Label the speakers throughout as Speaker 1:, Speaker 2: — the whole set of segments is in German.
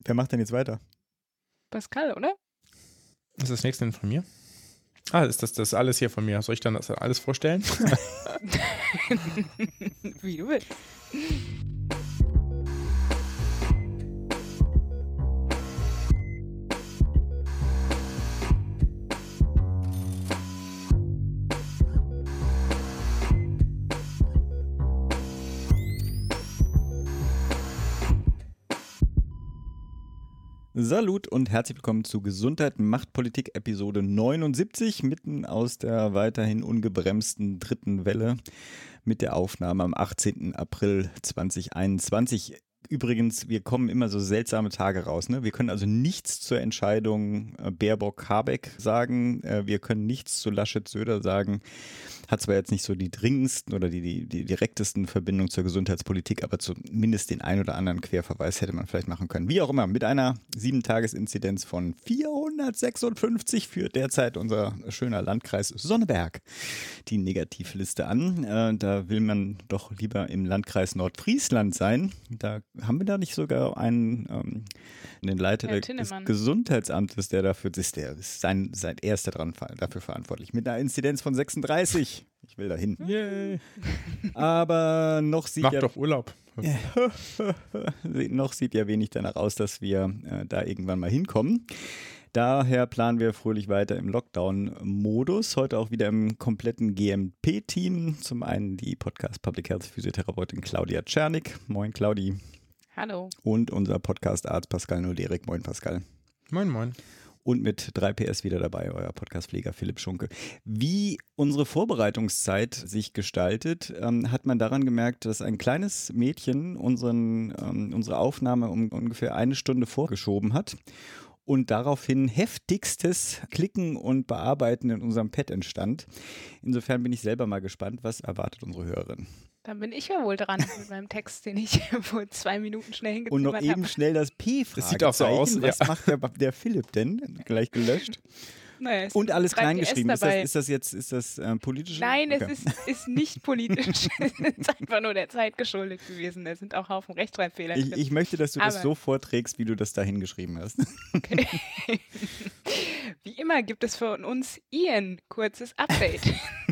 Speaker 1: Wer macht denn jetzt weiter?
Speaker 2: Pascal, oder?
Speaker 3: Ist das nächste denn von mir? Ist das alles hier von mir? Soll ich dann das alles vorstellen?
Speaker 2: Wie du willst.
Speaker 1: Salut und herzlich willkommen zu Gesundheit macht Politik Episode 79, mitten aus der weiterhin ungebremsten dritten Welle mit der Aufnahme am 18. April 2021. Übrigens, wir kommen immer so seltsame Tage raus. Ne? Wir können also nichts zur Entscheidung Baerbock-Habeck sagen. Wir können nichts zu Laschet-Söder sagen. Hat zwar jetzt nicht so die dringendsten oder die direktesten Verbindungen zur Gesundheitspolitik, aber zumindest den ein oder anderen Querverweis hätte man vielleicht machen können. Wie auch immer, mit einer 7-Tages-Inzidenz von 456 führt derzeit unser schöner Landkreis Sonneberg die Negativliste an. Da will man doch lieber im Landkreis Nordfriesland sein. Da haben wir da nicht sogar einen den Leiter des Gesundheitsamtes, der dafür ist, er ist dafür verantwortlich, mit einer Inzidenz von 36. Ich will dahin.
Speaker 3: Yay.
Speaker 1: Aber noch sieht
Speaker 3: Mach doch Urlaub.
Speaker 1: Noch sieht ja wenig danach aus, dass wir da irgendwann mal hinkommen. Daher planen wir fröhlich weiter im Lockdown-Modus. Heute auch wieder im kompletten GMP-Team. Zum einen die Podcast-Public Health-Physiotherapeutin Claudia Czernik. Moin, Claudi.
Speaker 2: Hallo.
Speaker 1: Und unser Podcast-Arzt Pascal Noderik. Moin, Pascal.
Speaker 3: Moin, moin.
Speaker 1: Und mit 3 PS wieder dabei, euer Podcast-Pfleger Philipp Schunke. Wie unsere Vorbereitungszeit sich gestaltet, hat man daran gemerkt, dass ein kleines Mädchen unsere Aufnahme um ungefähr 1 Stunde vorgeschoben hat. Und daraufhin heftigstes Klicken und Bearbeiten in unserem Pad entstand. Insofern bin ich selber mal gespannt, was erwartet unsere Hörerin.
Speaker 2: Dann bin ich ja wohl dran mit meinem Text, den ich vor 2 Minuten schnell hingezimmert habe.
Speaker 1: Und noch eben schnell das P-Fragezeichen.
Speaker 3: Das sieht auch so aus.
Speaker 1: Was macht der Philipp denn? Gleich gelöscht.
Speaker 2: Naja,
Speaker 1: und alles kleingeschrieben. Ist das politisch?
Speaker 2: Nein,
Speaker 1: okay.
Speaker 2: Es ist nicht politisch. Es ist einfach nur der Zeit geschuldet gewesen. Da sind auch Haufen Rechtschreibfehler drin.
Speaker 1: Ich möchte, dass du das so vorträgst, wie du das da hingeschrieben hast.
Speaker 2: Okay. Wie immer gibt es von uns Ian kurzes Update.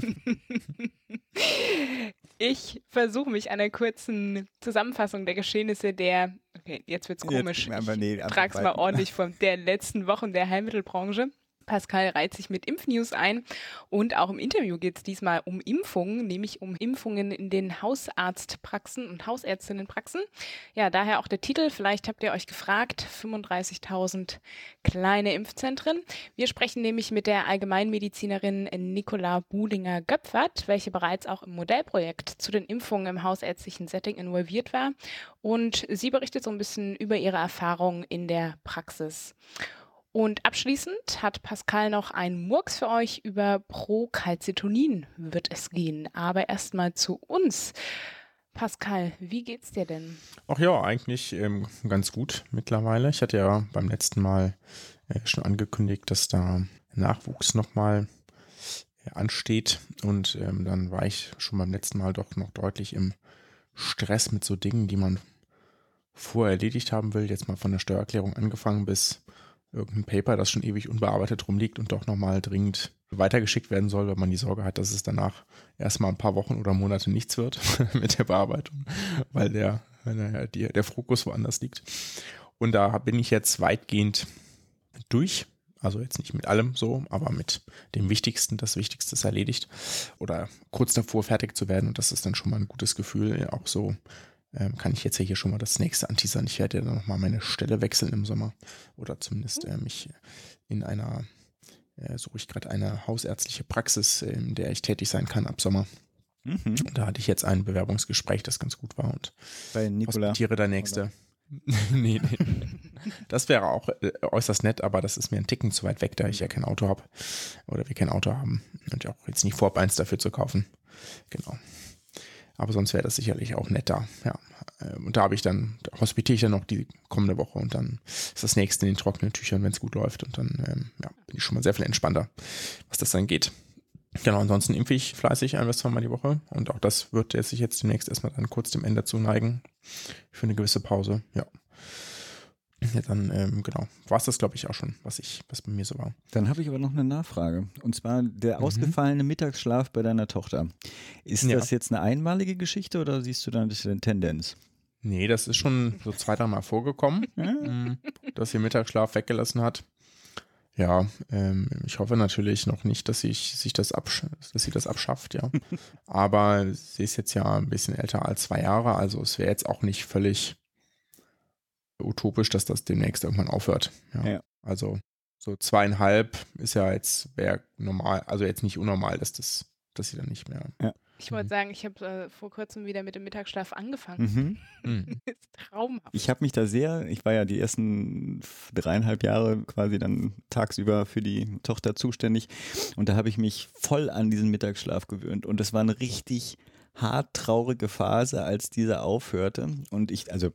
Speaker 2: Ich versuche mich einer kurzen Zusammenfassung der Geschehnisse okay, jetzt wird's komisch. Ich trag's mal ordentlich von der letzten Wochen der Heilmittelbranche. Pascal reiht sich mit Impfnews ein und auch im Interview geht es diesmal um Impfungen, nämlich um Impfungen in den Hausarztpraxen und Hausärztinnenpraxen. Ja, daher auch der Titel, vielleicht habt ihr euch gefragt, 35.000 kleine Impfzentren. Wir sprechen nämlich mit der Allgemeinmedizinerin Nicola Buhlinger-Göpfert, welche bereits auch im Modellprojekt zu den Impfungen im hausärztlichen Setting involviert war. Und sie berichtet so ein bisschen über ihre Erfahrungen in der Praxis. Und abschließend hat Pascal noch einen Murks für euch. Über Procalcitonin wird es gehen. Aber erstmal zu uns. Pascal, wie geht's dir denn?
Speaker 3: Ach ja, eigentlich ganz gut mittlerweile. Ich hatte ja beim letzten Mal schon angekündigt, dass da Nachwuchs nochmal ansteht. Und dann war ich schon beim letzten Mal doch noch deutlich im Stress mit so Dingen, die man vorher erledigt haben will. Jetzt mal von der Steuererklärung angefangen bis irgendein Paper, das schon ewig unbearbeitet rumliegt und doch nochmal dringend weitergeschickt werden soll, weil man die Sorge hat, dass es danach erstmal ein paar Wochen oder Monate nichts wird mit der Bearbeitung, weil der Fokus woanders liegt. Und da bin ich jetzt weitgehend durch, also jetzt nicht mit allem so, aber mit dem Wichtigsten. Das Wichtigste ist erledigt oder kurz davor fertig zu werden und das ist dann schon mal ein gutes Gefühl, auch so. Kann ich jetzt hier schon mal das nächste anteasern. Ich werde ja dann nochmal meine Stelle wechseln im Sommer oder zumindest mich suche ich gerade eine hausärztliche Praxis, in der ich tätig sein kann ab Sommer. Mhm. Da hatte ich jetzt ein Bewerbungsgespräch, das ganz gut war und
Speaker 1: bei Nicola
Speaker 3: hospitiere der nächste. Nee. Das wäre auch äußerst nett, aber das ist mir ein Ticken zu weit weg, da ich ja kein Auto habe oder wir kein Auto haben und auch jetzt nicht vorhabe, eins dafür zu kaufen. Genau. Aber sonst wäre das sicherlich auch netter. Ja. Und da hospitiere ich dann noch die kommende Woche und dann ist das nächste in den trockenen Tüchern, wenn es gut läuft. Und dann bin ich schon mal sehr viel entspannter, was das dann geht. Genau, ansonsten impfe ich fleißig 1 bis 2 Mal die Woche. Und auch das wird sich jetzt demnächst erstmal dann kurz dem Ende zuneigen. Für eine gewisse Pause, ja. Ja, dann, genau, war es das, glaube ich, auch schon, was bei mir so war.
Speaker 1: Dann habe ich aber noch eine Nachfrage. Und zwar der ausgefallene Mittagsschlaf bei deiner Tochter. Ist das jetzt eine einmalige Geschichte oder siehst du da eine Tendenz?
Speaker 3: Nee, das ist schon so 2-3 Mal vorgekommen, dass sie Mittagsschlaf weggelassen hat. Ja, ich hoffe natürlich noch nicht, dass sie das abschafft, ja. Aber sie ist jetzt ja ein bisschen älter als 2 Jahre, also es wäre jetzt auch nicht völlig utopisch, dass das demnächst irgendwann aufhört. Ja. Also so 2,5 ist ja wäre normal, also jetzt nicht unnormal, dass sie dann nicht mehr.
Speaker 2: Ja. Ich wollte sagen, ich habe vor kurzem wieder mit dem Mittagsschlaf angefangen. Das ist traumhaft.
Speaker 1: Ich war ja die ersten 3,5 Jahre quasi dann tagsüber für die Tochter zuständig und da habe ich mich voll an diesen Mittagsschlaf gewöhnt und das war eine richtig hart traurige Phase, als dieser aufhörte und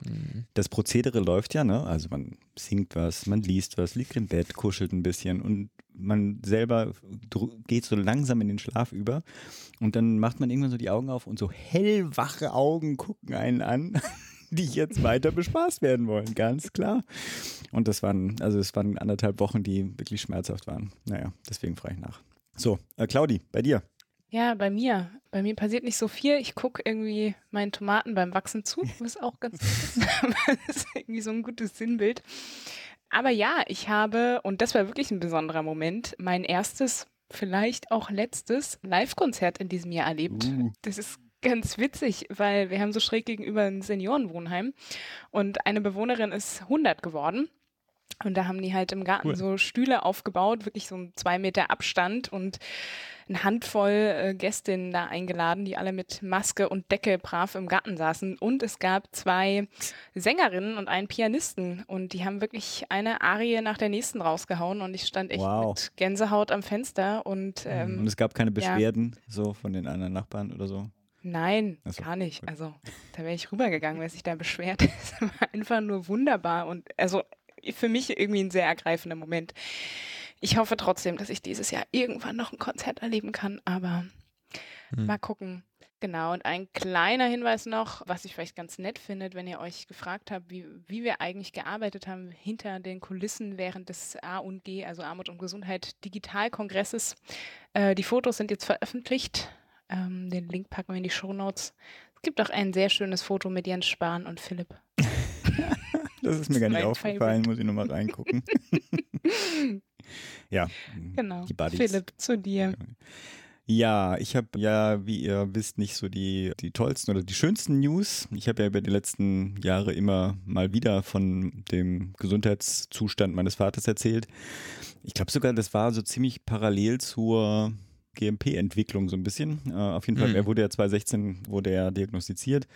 Speaker 1: das Prozedere läuft ja, ne? Also man singt was, man liest was, liegt im Bett, kuschelt ein bisschen und man selber geht so langsam in den Schlaf über und dann macht man irgendwann so die Augen auf und so hellwache Augen gucken einen an, die jetzt weiter bespaßt werden wollen, ganz klar. Und es waren 1,5 Wochen, die wirklich schmerzhaft waren. Naja, deswegen frage ich nach. So, Claudi, bei dir?
Speaker 2: Ja, bei mir passiert nicht so viel. Ich gucke irgendwie meinen Tomaten beim Wachsen zu, was auch ganz gut ist. Das ist irgendwie so ein gutes Sinnbild. Aber ja, ich habe, und das war wirklich ein besonderer Moment, mein erstes, vielleicht auch letztes Live-Konzert in diesem Jahr erlebt. Das ist ganz witzig, weil wir haben so schräg gegenüber ein Seniorenwohnheim und eine Bewohnerin ist 100 geworden. Und da haben die halt im Garten so Stühle aufgebaut, wirklich so 2 Meter Abstand und eine Handvoll Gästinnen da eingeladen, die alle mit Maske und Decke brav im Garten saßen. Und es gab 2 Sängerinnen und einen Pianisten. Und die haben wirklich eine Arie nach der nächsten rausgehauen. Und ich stand echt mit Gänsehaut am Fenster. Und
Speaker 1: es gab keine Beschwerden so von den anderen Nachbarn oder so?
Speaker 2: Nein, gar nicht. Okay. Also da wäre ich rübergegangen, wer sich da beschwert. Es war einfach nur wunderbar. Und also für mich irgendwie ein sehr ergreifender Moment. Ich hoffe trotzdem, dass ich dieses Jahr irgendwann noch ein Konzert erleben kann, aber mal gucken. Genau, und ein kleiner Hinweis noch, was ich vielleicht ganz nett finde, wenn ihr euch gefragt habt, wie wir eigentlich gearbeitet haben hinter den Kulissen während des A&G, also Armut und Gesundheit Digitalkongresses. Die Fotos sind jetzt veröffentlicht. Den Link packen wir in die Shownotes. Es gibt auch ein sehr schönes Foto mit Jens Spahn und Philipp.
Speaker 1: Das ist mir gar nicht aufgefallen, muss ich nochmal reingucken. Ja,
Speaker 2: genau.
Speaker 1: Die Buddies.
Speaker 2: Philipp, zu dir.
Speaker 1: Ja, ich habe ja, wie ihr wisst, nicht so die tollsten oder die schönsten News. Ich habe ja über die letzten Jahre immer mal wieder von dem Gesundheitszustand meines Vaters erzählt. Ich glaube sogar, das war so ziemlich parallel zur GMP-Entwicklung so ein bisschen. Auf jeden Fall, er wurde ja 2016 diagnostiziert.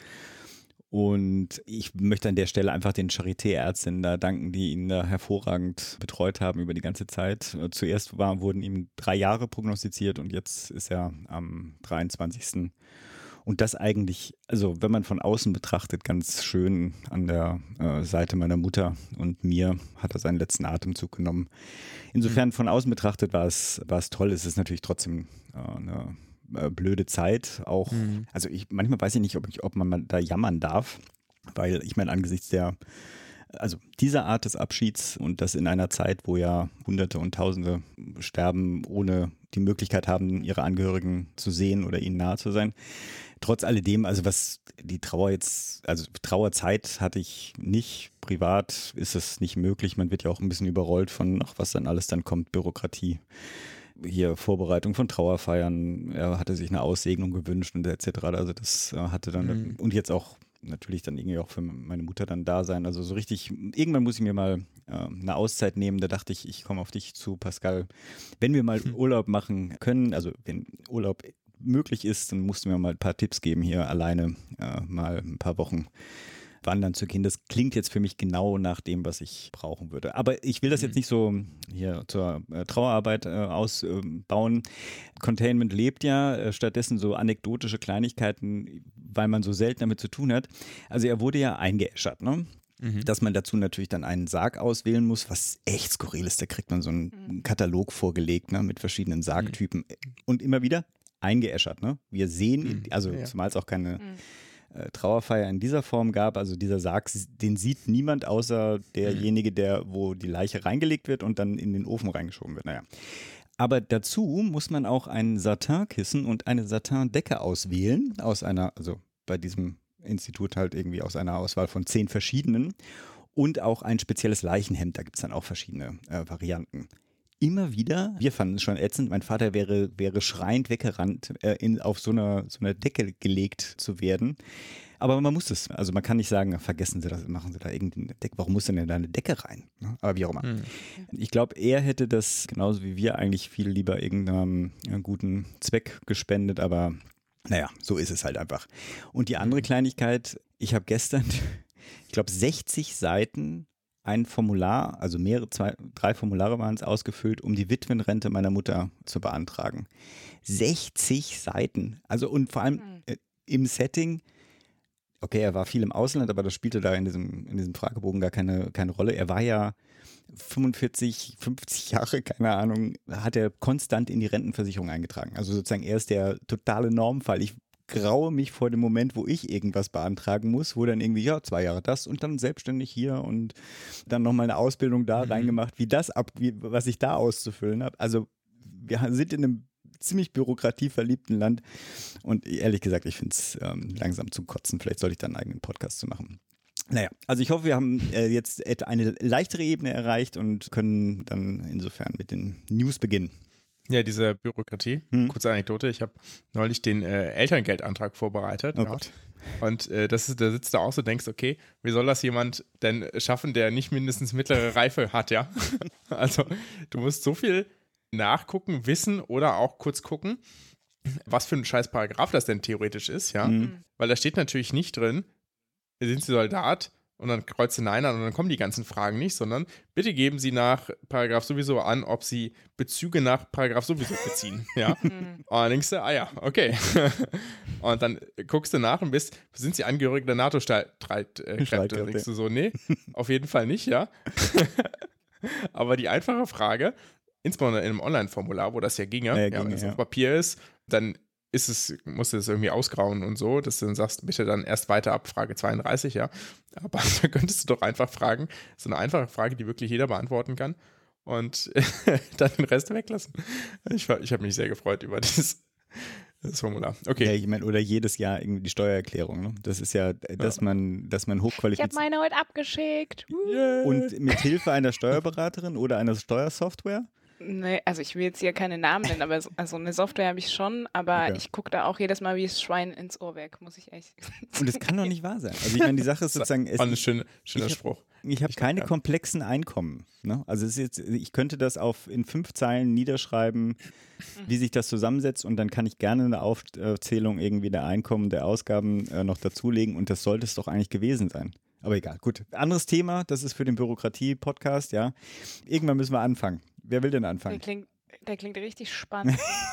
Speaker 1: Und ich möchte an der Stelle einfach den Charité-Ärztinnen da danken, die ihn da hervorragend betreut haben über die ganze Zeit. Zuerst wurden ihm 3 Jahre prognostiziert und jetzt ist er am 23. Und das eigentlich, also wenn man von außen betrachtet, ganz schön an der Seite meiner Mutter und mir hat er seinen letzten Atemzug genommen. Insofern von außen betrachtet war es toll. Es ist natürlich trotzdem eine blöde Zeit auch. Also manchmal weiß ich nicht, ob man da jammern darf, weil ich meine, angesichts dieser Art des Abschieds und das in einer Zeit, wo ja Hunderte und Tausende sterben, ohne die Möglichkeit haben, ihre Angehörigen zu sehen oder ihnen nahe zu sein. Trotz alledem, also was die Trauerzeit hatte ich nicht. Privat ist es nicht möglich. Man wird ja auch ein bisschen überrollt von, was dann alles dann kommt, Bürokratie. Hier Vorbereitung von Trauerfeiern, er hatte sich eine Aussegnung gewünscht und etc. Also das hatte dann, und jetzt auch natürlich dann irgendwie auch für meine Mutter dann da sein. Also so richtig, irgendwann muss ich mir mal eine Auszeit nehmen. Da dachte ich, ich komme auf dich zu, Pascal. Wenn wir mal Urlaub machen können, also wenn Urlaub möglich ist, dann musst du mir mal ein paar Tipps geben, hier alleine mal ein paar Wochen wandern zu gehen. Das klingt jetzt für mich genau nach dem, was ich brauchen würde. Aber ich will das jetzt nicht so hier zur Trauerarbeit ausbauen. Containment lebt ja, stattdessen so anekdotische Kleinigkeiten, weil man so selten damit zu tun hat. Also er wurde ja eingeäschert, ne? Dass man dazu natürlich dann einen Sarg auswählen muss, was echt skurril ist. Da kriegt man so einen Katalog vorgelegt, ne, mit verschiedenen Sargtypen und immer wieder eingeäschert, ne? Wir sehen, also zumal es auch keine Trauerfeier in dieser Form gab. Also dieser Sarg, den sieht niemand außer derjenige, wo die Leiche reingelegt wird und dann in den Ofen reingeschoben wird. Naja. Aber dazu muss man auch ein Satinkissen und eine Satindecke auswählen, also bei diesem Institut halt irgendwie aus einer Auswahl von 10 verschiedenen und auch ein spezielles Leichenhemd, da gibt es dann auch verschiedene Varianten. Immer wieder, wir fanden es schon ätzend, mein Vater wäre schreiend weggerannt, auf so einer Decke gelegt zu werden. Aber man muss es, also man kann nicht sagen, vergessen Sie das, machen Sie da irgendeine Decke, warum muss denn da eine Decke rein? Aber wie auch immer. Ich glaube, er hätte das, genauso wie wir, eigentlich viel lieber irgendeinem guten Zweck gespendet, aber naja, so ist es halt einfach. Und die andere Kleinigkeit, ich habe gestern, ich glaube 60 Seiten ein Formular, also 3 Formulare waren es ausgefüllt, um die Witwenrente meiner Mutter zu beantragen. 60 Seiten, also und vor allem im Setting. Okay, er war viel im Ausland, aber das spielte da in diesem Fragebogen gar keine Rolle. Er war ja 45, 50 Jahre, keine Ahnung, hat er konstant in die Rentenversicherung eingetragen. Also sozusagen er ist der totale Normfall. Ich graue mich vor dem Moment, wo ich irgendwas beantragen muss, wo dann irgendwie, 2 Jahre das und dann selbstständig hier und dann nochmal eine Ausbildung da reingemacht, was ich da auszufüllen habe. Also wir sind in einem ziemlich bürokratieverliebten Land und ehrlich gesagt, ich finde es langsam zum Kotzen. Vielleicht sollte ich da einen eigenen Podcast zu machen. Naja, also ich hoffe, wir haben jetzt eine leichtere Ebene erreicht und können dann insofern mit den News beginnen.
Speaker 3: Ja, diese Bürokratie. Kurze Anekdote, ich habe neulich den Elterngeldantrag vorbereitet.
Speaker 1: Oh Gott.
Speaker 3: Und da sitzt du auch so, denkst, okay, wie soll das jemand denn schaffen, der nicht mindestens mittlere Reife hat, ja? Also du musst so viel nachgucken, wissen oder auch kurz gucken, was für ein scheiß Paragraph das denn theoretisch ist, ja? Weil da steht natürlich nicht drin, sind Sie Soldat? Und dann kreuzt du Nein an und dann kommen die ganzen Fragen nicht, sondern bitte geben Sie nach Paragraph sowieso an, ob Sie Bezüge nach Paragraph sowieso beziehen. Ja? Und dann denkst du, ja, okay. Und dann guckst du nach und sind Sie Angehörige der NATO-Streitkräfte? Dann denkst du so, nee, auf jeden Fall nicht, ja. Aber die einfache Frage, insbesondere in einem Online-Formular, wo das ja ginge, wenn es auf Papier ist, dann musst du das irgendwie ausgrauen und so, dass du dann sagst, bitte dann erst weiter ab Frage 32, ja. Aber da könntest du doch einfach fragen, so eine einfache Frage, die wirklich jeder beantworten kann und dann den Rest weglassen. Ich habe mich sehr gefreut über das Formular. Okay.
Speaker 1: Ja, ich meine, oder jedes Jahr irgendwie die Steuererklärung, ne? Das ist ja, dass man hochqualifiziert.
Speaker 2: Ich habe meine heute abgeschickt.
Speaker 1: Yeah. Und mit Hilfe einer Steuerberaterin oder einer Steuersoftware?
Speaker 2: Nee, also ich will jetzt hier keine Namen nennen, aber also eine Software habe ich schon, aber ich gucke da auch jedes Mal wie das Schwein ins Ohrwerk, muss ich echt sagen.
Speaker 1: Und das kann doch nicht wahr sein. Also ich meine, die Sache ist sozusagen...
Speaker 3: ein schöner Spruch.
Speaker 1: Ich habe keine komplexen Einkommen. Ne? Also ich könnte das in 5 Zeilen niederschreiben, wie sich das zusammensetzt und dann kann ich gerne eine Aufzählung irgendwie der Einkommen, der Ausgaben noch dazulegen und das sollte es doch eigentlich gewesen sein. Aber egal, gut. Anderes Thema, das ist für den Bürokratie-Podcast, ja. Irgendwann müssen wir anfangen. Wer will denn anfangen?
Speaker 2: Der klingt richtig spannend.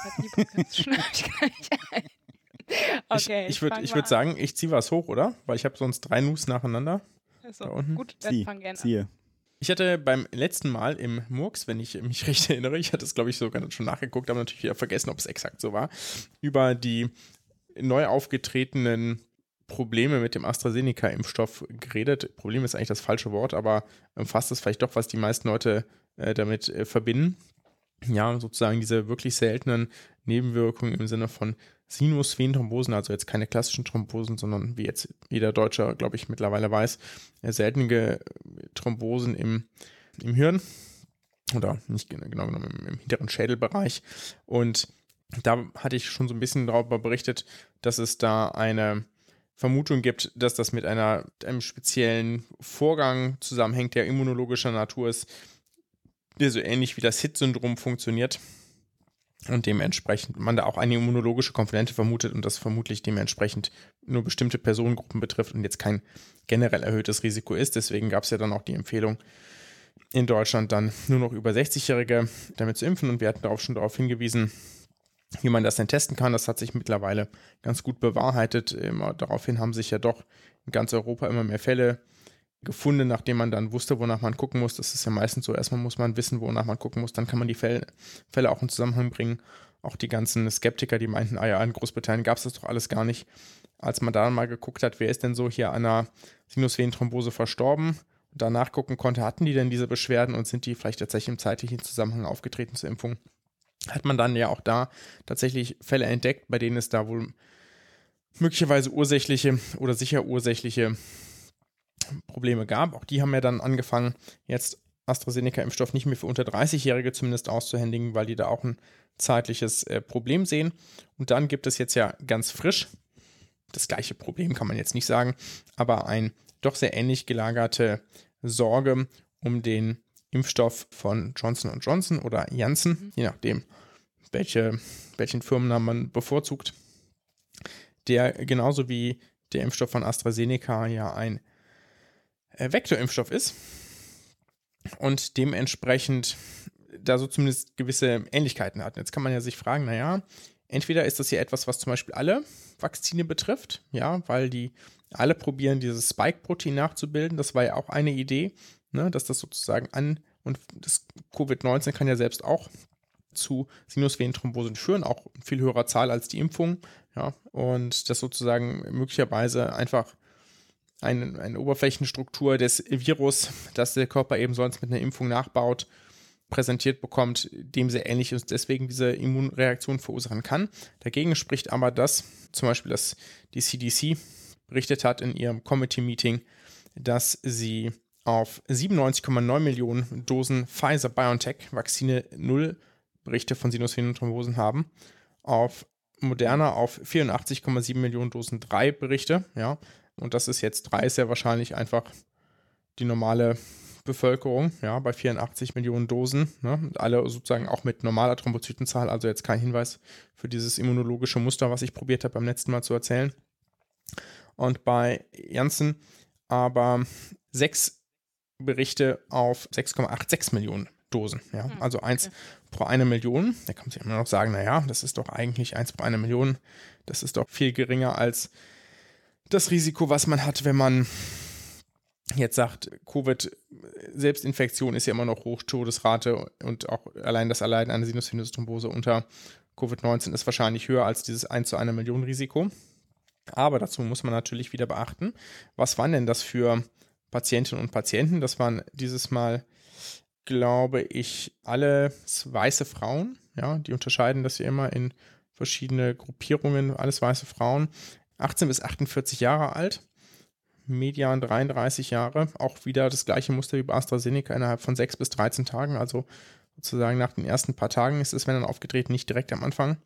Speaker 2: Okay,
Speaker 3: ich würde sagen, ich ziehe was hoch, oder? Weil ich habe sonst 3 News nacheinander.
Speaker 2: Also, da unten. Gut, dann fang gerne an.
Speaker 3: Ich hatte beim letzten Mal im Murks, wenn ich mich recht erinnere, ich hatte es, glaube ich, sogar schon nachgeguckt, aber natürlich wieder vergessen, ob es exakt so war, über die neu aufgetretenen Probleme mit dem AstraZeneca-Impfstoff geredet. Problem ist eigentlich das falsche Wort, aber fasst es vielleicht doch, was die meisten Leute damit verbinden. Ja, sozusagen diese wirklich seltenen Nebenwirkungen im Sinne von Sinusvenenthrombosen, also jetzt keine klassischen Thrombosen, sondern wie jetzt jeder Deutsche, glaube ich, mittlerweile weiß, seltene Thrombosen im Hirn oder nicht genau genommen im hinteren Schädelbereich. Und da hatte ich schon so ein bisschen darüber berichtet, dass es da eine Vermutung gibt, dass das mit einem speziellen Vorgang zusammenhängt, der immunologischer Natur ist, der so ähnlich wie das HIT-Syndrom funktioniert und dementsprechend man da auch eine immunologische Komponente vermutet und das vermutlich dementsprechend nur bestimmte Personengruppen betrifft und jetzt kein generell erhöhtes Risiko ist. Deswegen gab es ja dann auch die Empfehlung, in Deutschland dann nur noch über 60-Jährige damit zu impfen und wir hatten schon darauf hingewiesen, wie man das denn testen kann. Das hat sich mittlerweile ganz gut bewahrheitet. Daraufhin haben sich ja doch in ganz Europa immer mehr Fälle gefunden, nachdem man dann wusste, wonach man gucken muss. Das ist ja meistens so, erstmal muss man wissen, wonach man gucken muss, dann kann man die Fälle auch in Zusammenhang bringen. Auch die ganzen Skeptiker, die meinten, in Großbritannien gab es das doch alles gar nicht, als man da mal geguckt hat, wer ist denn so hier an einer Sinusvenenthrombose verstorben und danach gucken konnte, hatten die denn diese Beschwerden und sind die vielleicht tatsächlich im zeitlichen Zusammenhang aufgetreten zur Impfung, hat man dann ja auch da tatsächlich Fälle entdeckt, bei denen es da wohl möglicherweise ursächliche oder sicher ursächliche Probleme gab. Auch die haben ja dann angefangen, jetzt AstraZeneca-Impfstoff nicht mehr für unter 30-Jährige zumindest auszuhändigen, weil die da auch ein zeitliches Problem sehen. Und dann gibt es jetzt ja ganz frisch, das gleiche Problem kann man jetzt nicht sagen, aber ein doch sehr ähnlich gelagerte Sorge um den Impfstoff von Johnson & Johnson oder Janssen, je nachdem, welchen Firmennamen man bevorzugt, der genauso wie der Impfstoff von AstraZeneca ja ein Vektorimpfstoff ist und dementsprechend da so zumindest gewisse Ähnlichkeiten hat. Jetzt kann man ja sich fragen, naja, entweder ist das hier etwas, was zum Beispiel alle Vakzine betrifft, ja, weil die alle probieren, dieses Spike-Protein nachzubilden. Das war ja auch eine Idee, ne, dass das sozusagen und das Covid-19 kann ja selbst auch zu Sinusvenenthrombosen führen, auch in viel höherer Zahl als die Impfung, ja, und das sozusagen möglicherweise einfach eine Oberflächenstruktur des Virus, das der Körper eben sonst mit einer Impfung nachbaut, präsentiert bekommt, dem sehr ähnlich ist, deswegen diese Immunreaktion verursachen kann. Dagegen spricht aber das, zum Beispiel, dass die CDC berichtet hat in ihrem Committee-Meeting, dass sie auf 97,9 Millionen Dosen Pfizer-BioNTech-Vakzine 0 Berichte von Sinusvenenthrombosen haben, auf Moderna auf 84,7 Millionen Dosen 3 Berichte, ja, und das ist jetzt 3 ist ja wahrscheinlich einfach die normale Bevölkerung, ja, bei 84 Millionen Dosen, ne, und alle sozusagen auch mit normaler Thrombozytenzahl, also jetzt kein Hinweis für dieses immunologische Muster, was ich probiert habe beim letzten Mal zu erzählen. Und bei Janssen aber 6 Berichte auf 6,86 Millionen Dosen, ja, also 1 pro 1 Million. Da kann man sich immer noch sagen, naja, das ist doch eigentlich 1 pro 1 Million, das ist doch viel geringer als das Risiko, was man hat, wenn man jetzt sagt, Covid-Selbstinfektion ist ja immer noch hoch, Todesrate und auch allein eine Sinusvenenthrombose unter Covid-19 ist wahrscheinlich höher als dieses 1 zu 1 Million Risiko. Aber dazu muss man natürlich wieder beachten, was waren denn das für Patientinnen und Patienten? Das waren dieses Mal, glaube ich, alle weiße Frauen. Ja, die unterscheiden das ja immer in verschiedene Gruppierungen, alles weiße Frauen, 18 bis 48 Jahre alt. Median 33 Jahre, auch wieder das gleiche Muster wie bei AstraZeneca innerhalb von 6 bis 13 Tagen, also sozusagen nach den ersten paar Tagen ist es, wenn dann aufgetreten, nicht direkt am Anfang.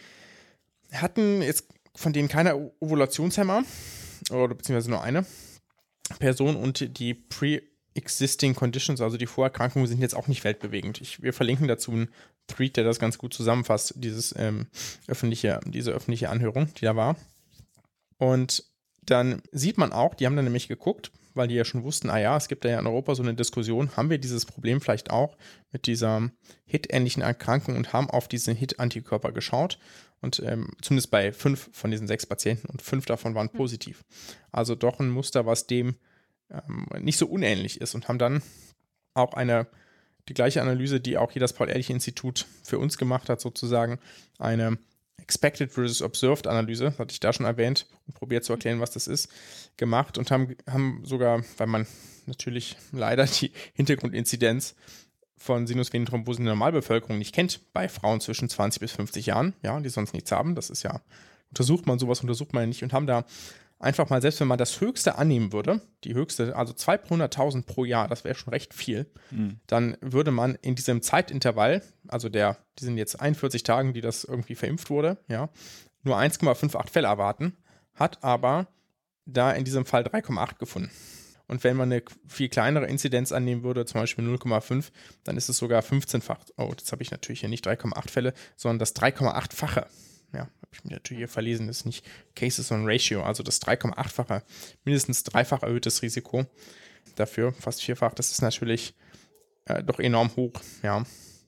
Speaker 3: Hatten jetzt von denen keine Ovulationshemmer, oder beziehungsweise nur eine Person und die Pre-Existing Conditions, also die Vorerkrankungen, sind jetzt auch nicht weltbewegend. Wir verlinken dazu einen Tweet, der das ganz gut zusammenfasst, diese öffentliche Anhörung, die da war. Und dann sieht man auch, die haben dann nämlich geguckt, weil die ja schon wussten, es gibt ja in Europa so eine Diskussion, haben wir dieses Problem vielleicht auch mit dieser HIT-ähnlichen Erkrankung und haben auf diese HIT-Antikörper geschaut und zumindest bei 5 von diesen 6 Patienten und 5 davon waren positiv. Also doch ein Muster, was dem nicht so unähnlich ist und haben dann auch die gleiche Analyse, die auch hier das Paul-Ehrlich-Institut für uns gemacht hat, sozusagen eine Expected versus Observed Analyse, das hatte ich da schon erwähnt und probiert zu erklären, was das ist, gemacht und haben sogar, weil man natürlich leider die Hintergrundinzidenz von Sinusvenenthrombosen in der Normalbevölkerung nicht kennt, bei Frauen zwischen 20 bis 50 Jahren, ja, die sonst nichts haben, das ist ja, untersucht man ja nicht und haben da einfach mal, selbst wenn man das Höchste annehmen würde, die höchste, also 2 pro 100.000 pro Jahr, das wäre schon recht viel, dann würde man in diesem Zeitintervall, also die sind jetzt 41 Tagen, die das irgendwie verimpft wurde, ja, nur 1,58 Fälle erwarten, hat aber da in diesem Fall 3,8 gefunden. Und wenn man eine viel kleinere Inzidenz annehmen würde, zum Beispiel 0,5, dann ist es sogar 15-fach. Oh, jetzt habe ich natürlich hier nicht 3,8 Fälle, sondern das 3,8-fache. Ja, habe ich mir natürlich hier verlesen, das ist nicht Cases on Ratio, also das 3,8-fache, mindestens 3-fach erhöhtes Risiko dafür, fast 4-fach, das ist natürlich doch enorm hoch, ja.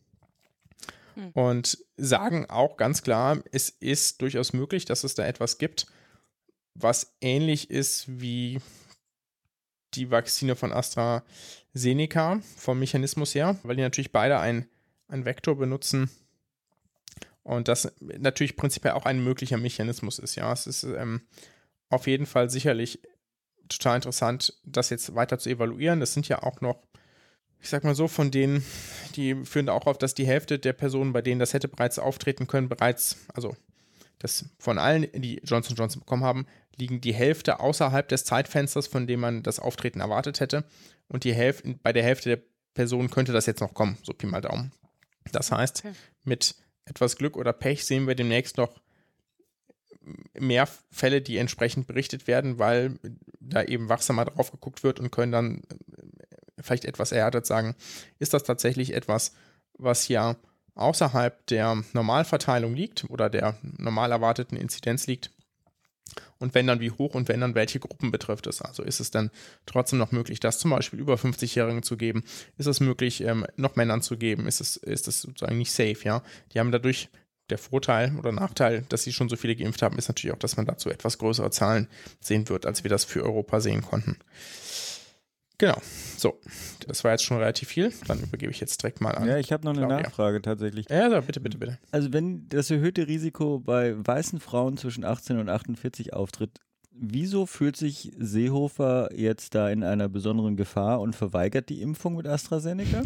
Speaker 3: Und sagen auch ganz klar, es ist durchaus möglich, dass es da etwas gibt, was ähnlich ist wie die Vakzine von AstraZeneca vom Mechanismus her, weil die natürlich beide einen Vektor benutzen, und das natürlich prinzipiell auch ein möglicher Mechanismus ist, ja. Es ist auf jeden Fall sicherlich total interessant, das jetzt weiter zu evaluieren. Das sind ja auch noch, ich sag mal so, von denen, die führen auch auf, dass die Hälfte der Personen, bei denen das hätte bereits auftreten können, also das von allen, die Johnson & Johnson bekommen haben, liegen die Hälfte außerhalb des Zeitfensters, von dem man das Auftreten erwartet hätte. Und bei der Hälfte der Personen könnte das jetzt noch kommen, so Pi mal Daumen. Das heißt, mit etwas Glück oder Pech sehen wir demnächst noch mehr Fälle, die entsprechend berichtet werden, weil da eben wachsamer drauf geguckt wird und können dann vielleicht etwas erhärtet sagen, ist das tatsächlich etwas, was ja außerhalb der Normalverteilung liegt oder der normal erwarteten Inzidenz liegt, und wenn dann wie hoch und wenn dann welche Gruppen betrifft es. Also ist es dann trotzdem noch möglich, das zum Beispiel über 50-Jährigen zu geben? Ist es möglich, noch Männern zu geben? Ist es sozusagen nicht safe, ja? Die haben dadurch, der Vorteil oder Nachteil, dass sie schon so viele geimpft haben, ist natürlich auch, dass man dazu etwas größere Zahlen sehen wird, als wir das für Europa sehen konnten. Genau, so, das war jetzt schon relativ viel, dann übergebe ich jetzt direkt mal an.
Speaker 1: Ja, ich habe noch eine Nachfrage tatsächlich.
Speaker 3: Ja, bitte.
Speaker 1: Also wenn das erhöhte Risiko bei weißen Frauen zwischen 18 und 48 auftritt, wieso fühlt sich Seehofer jetzt da in einer besonderen Gefahr und verweigert die Impfung mit AstraZeneca?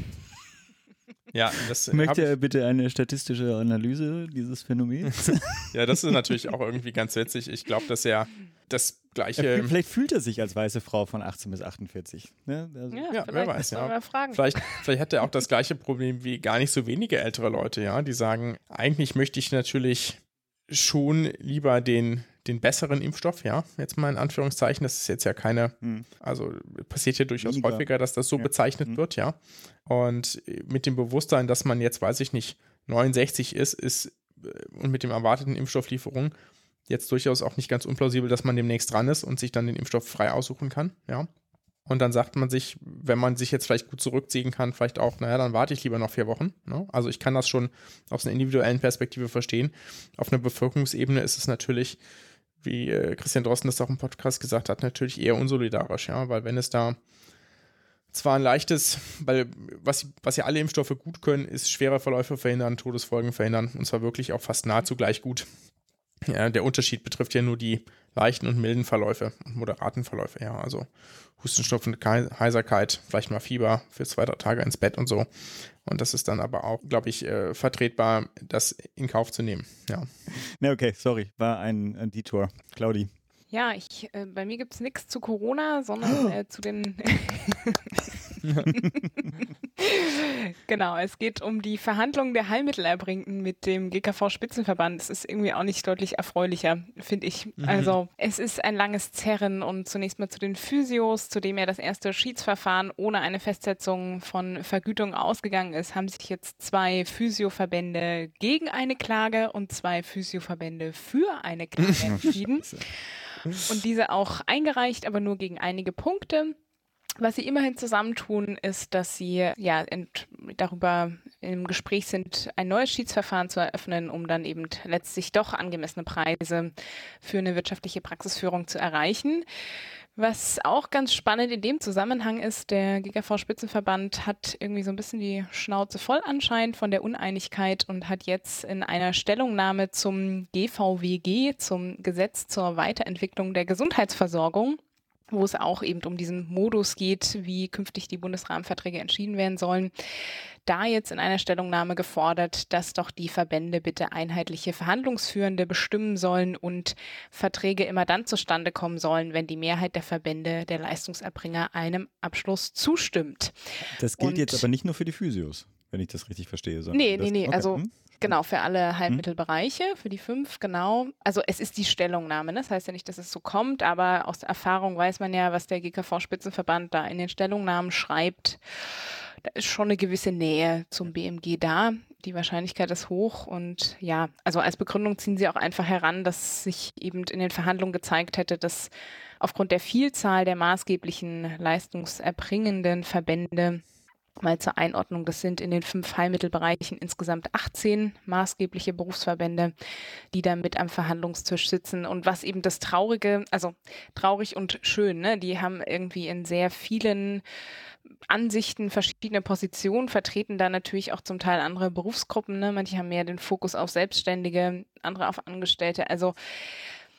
Speaker 3: Ja, das
Speaker 1: möchte er bitte eine statistische Analyse dieses Phänomens?
Speaker 3: Ja, das ist natürlich auch irgendwie ganz witzig. Ich glaube, dass er das Gleiche.
Speaker 1: Vielleicht fühlt er sich als weiße Frau von 18 bis 48. Ne? Also
Speaker 3: ja, wer weiß. Ja. Vielleicht hat er auch das gleiche Problem wie gar nicht so wenige ältere Leute, ja, die sagen, eigentlich möchte ich natürlich schon lieber den besseren Impfstoff, ja, jetzt mal in Anführungszeichen, das ist jetzt ja keine, also passiert ja durchaus häufiger, dass das so bezeichnet wird, ja, und mit dem Bewusstsein, dass man jetzt, weiß ich nicht, 69 ist und mit dem erwarteten Impfstofflieferung jetzt durchaus auch nicht ganz unplausibel, dass man demnächst dran ist und sich dann den Impfstoff frei aussuchen kann, ja. Und dann sagt man sich, wenn man sich jetzt vielleicht gut zurückziehen kann, vielleicht auch, naja, dann warte ich lieber noch 4 Wochen. Ne? Also ich kann das schon aus einer individuellen Perspektive verstehen. Auf einer Bevölkerungsebene ist es natürlich, wie Christian Drosten das auch im Podcast gesagt hat, natürlich eher unsolidarisch, ja, weil wenn es da zwar ein leichtes, weil was ja alle Impfstoffe gut können, ist schwere Verläufe verhindern, Todesfolgen verhindern, und zwar wirklich auch fast nahezu gleich gut. Ja, der Unterschied betrifft ja nur die leichten und milden Verläufe und moderaten Verläufe, ja, also Hustenstopfen, Heiserkeit, vielleicht mal Fieber für 2-3 Tage ins Bett und so. Und das ist dann aber auch, glaube ich, vertretbar, das in Kauf zu nehmen, ja.
Speaker 1: Ne, okay, sorry, war ein Detour. Claudi.
Speaker 2: Ja, bei mir gibt es nichts zu Corona, sondern zu den Genau, es geht um die Verhandlungen der Heilmittelerbringenden mit dem GKV-Spitzenverband. Das ist irgendwie auch nicht deutlich erfreulicher, finde ich. Also es ist ein langes Zerren und zunächst mal zu den Physios, zu dem ja das erste Schiedsverfahren ohne eine Festsetzung von Vergütung ausgegangen ist, haben sich jetzt 2 Physioverbände gegen eine Klage und 2 Physioverbände für eine Klage entschieden. Und diese auch eingereicht, aber nur gegen einige Punkte. Was sie immerhin zusammentun, ist, dass sie darüber im Gespräch sind, ein neues Schiedsverfahren zu eröffnen, um dann eben letztlich doch angemessene Preise für eine wirtschaftliche Praxisführung zu erreichen. Was auch ganz spannend in dem Zusammenhang ist, der GKV-Spitzenverband hat irgendwie so ein bisschen die Schnauze voll anscheinend von der Uneinigkeit und hat jetzt in einer Stellungnahme zum GVWG, zum Gesetz zur Weiterentwicklung der Gesundheitsversorgung, wo es auch eben um diesen Modus geht, wie künftig die Bundesrahmenverträge entschieden werden sollen, da jetzt in einer Stellungnahme gefordert, dass doch die Verbände bitte einheitliche Verhandlungsführende bestimmen sollen und Verträge immer dann zustande kommen sollen, wenn die Mehrheit der Verbände der Leistungserbringer einem Abschluss zustimmt.
Speaker 1: Das gilt jetzt aber nicht nur für die Physios, wenn ich das richtig verstehe.
Speaker 2: Nee, okay. Also genau, für alle Heilmittelbereiche, für die 5, genau. Also es ist die Stellungnahme, ne? Das heißt ja nicht, dass es so kommt, aber aus der Erfahrung weiß man ja, was der GKV-Spitzenverband da in den Stellungnahmen schreibt. Da ist schon eine gewisse Nähe zum BMG da. Die Wahrscheinlichkeit ist hoch und ja, also als Begründung ziehen sie auch einfach heran, dass sich eben in den Verhandlungen gezeigt hätte, dass aufgrund der Vielzahl der maßgeblichen leistungserbringenden Verbände, mal zur Einordnung, das sind in den 5 Heilmittelbereichen insgesamt 18 maßgebliche Berufsverbände, die da mit am Verhandlungstisch sitzen. Und was eben das Traurige, also traurig und schön, ne? Die haben irgendwie in sehr vielen Ansichten verschiedene Positionen, vertreten da natürlich auch zum Teil andere Berufsgruppen. Ne? Manche haben mehr den Fokus auf Selbstständige, andere auf Angestellte. Also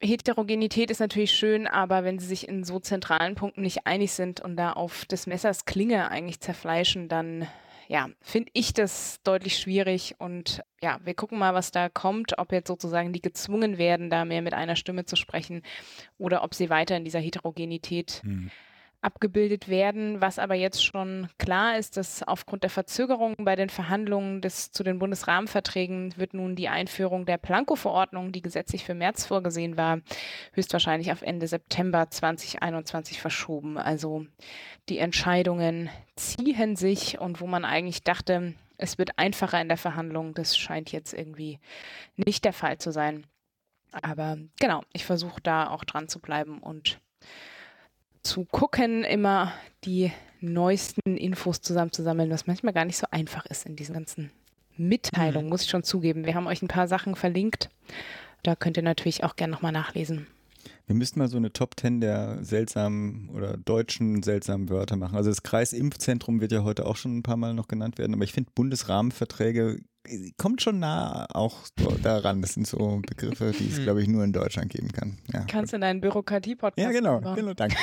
Speaker 2: Heterogenität ist natürlich schön, aber wenn sie sich in so zentralen Punkten nicht einig sind und da auf des Messers Klinge eigentlich zerfleischen, dann finde ich das deutlich schwierig. Und wir gucken mal, was da kommt, ob jetzt sozusagen die gezwungen werden, da mehr mit einer Stimme zu sprechen oder ob sie weiter in dieser Heterogenität abgebildet werden. Was aber jetzt schon klar ist, dass aufgrund der Verzögerung bei den Verhandlungen zu den Bundesrahmenverträgen wird nun die Einführung der Planko-Verordnung, die gesetzlich für März vorgesehen war, höchstwahrscheinlich auf Ende September 2021 verschoben. Also die Entscheidungen ziehen sich und wo man eigentlich dachte, es wird einfacher in der Verhandlung, das scheint jetzt irgendwie nicht der Fall zu sein. Aber genau, ich versuche da auch dran zu bleiben und zu gucken, immer die neuesten Infos zusammenzusammeln, was manchmal gar nicht so einfach ist in diesen ganzen Mitteilungen, muss ich schon zugeben. Wir haben euch ein paar Sachen verlinkt. Da könnt ihr natürlich auch gerne nochmal nachlesen.
Speaker 1: Wir müssten mal so eine Top 10 der seltsamen oder deutschen seltsamen Wörter machen. Also das Kreisimpfzentrum wird ja heute auch schon ein paar Mal noch genannt werden, aber ich finde Bundesrahmenverträge kommt schon nah auch daran. Das sind so Begriffe, die es, glaube ich, nur in Deutschland geben kann. Ja.
Speaker 2: Kannst du in einen Bürokratie-Podcast
Speaker 1: Ja, genau, danke.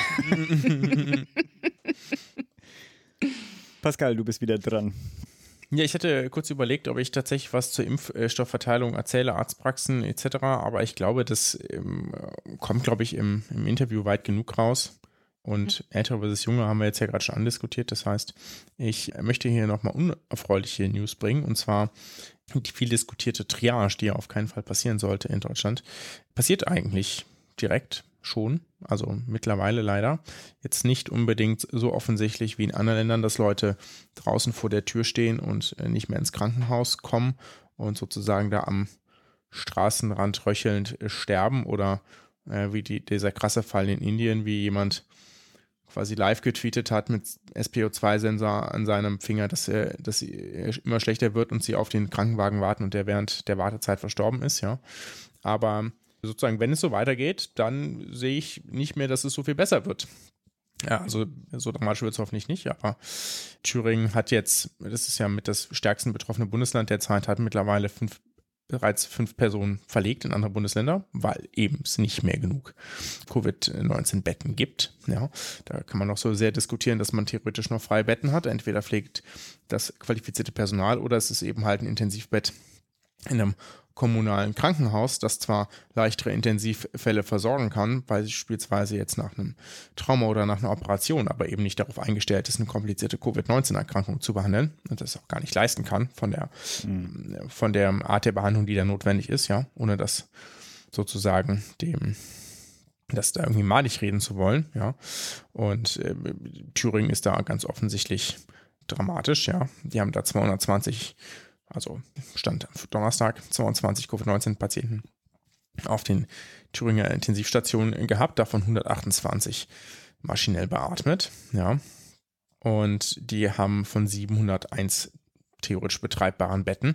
Speaker 1: Pascal, du bist wieder dran.
Speaker 3: Ja, ich hatte kurz überlegt, ob ich tatsächlich was zur Impfstoffverteilung erzähle, Arztpraxen etc., aber ich glaube, das kommt, glaube ich, im Interview weit genug raus. Und Ältere versus Junge haben wir jetzt ja gerade schon andiskutiert. Das heißt, ich möchte hier nochmal unerfreuliche News bringen, und zwar die viel diskutierte Triage, die ja auf keinen Fall passieren sollte in Deutschland, passiert eigentlich direkt schon, also mittlerweile leider. Jetzt nicht unbedingt so offensichtlich wie in anderen Ländern, dass Leute draußen vor der Tür stehen und nicht mehr ins Krankenhaus kommen und sozusagen da am Straßenrand röchelnd sterben oder wie dieser krasse Fall in Indien, wie jemand quasi live getweetet hat mit SPO2-Sensor an seinem Finger, dass er immer schlechter wird und sie auf den Krankenwagen warten und der während der Wartezeit verstorben ist, ja. Aber sozusagen, wenn es so weitergeht, dann sehe ich nicht mehr, dass es so viel besser wird. Ja, also so dramatisch wird es hoffentlich nicht, aber Thüringen hat jetzt, das ist ja mit das stärksten betroffene Bundesland derzeit, hat mittlerweile bereits 5 Personen verlegt in andere Bundesländer, weil eben es nicht mehr genug Covid-19-Betten gibt. Ja, da kann man noch so sehr diskutieren, dass man theoretisch noch freie Betten hat. Entweder pflegt das qualifizierte Personal oder es ist eben halt ein Intensivbett in einem kommunalen Krankenhaus, das zwar leichtere Intensivfälle versorgen kann, beispielsweise jetzt nach einem Trauma oder nach einer Operation, aber eben nicht darauf eingestellt ist, eine komplizierte Covid-19-Erkrankung zu behandeln und das auch gar nicht leisten kann von der Art der Behandlung, die da notwendig ist, ja, ohne das sozusagen das da irgendwie malig reden zu wollen, ja. Und Thüringen ist da ganz offensichtlich dramatisch, ja. Die haben da 220, also Stand Donnerstag, 22 Covid-19-Patienten auf den Thüringer Intensivstationen gehabt, davon 128 maschinell beatmet, ja. Und die haben von 701 theoretisch betreibbaren Betten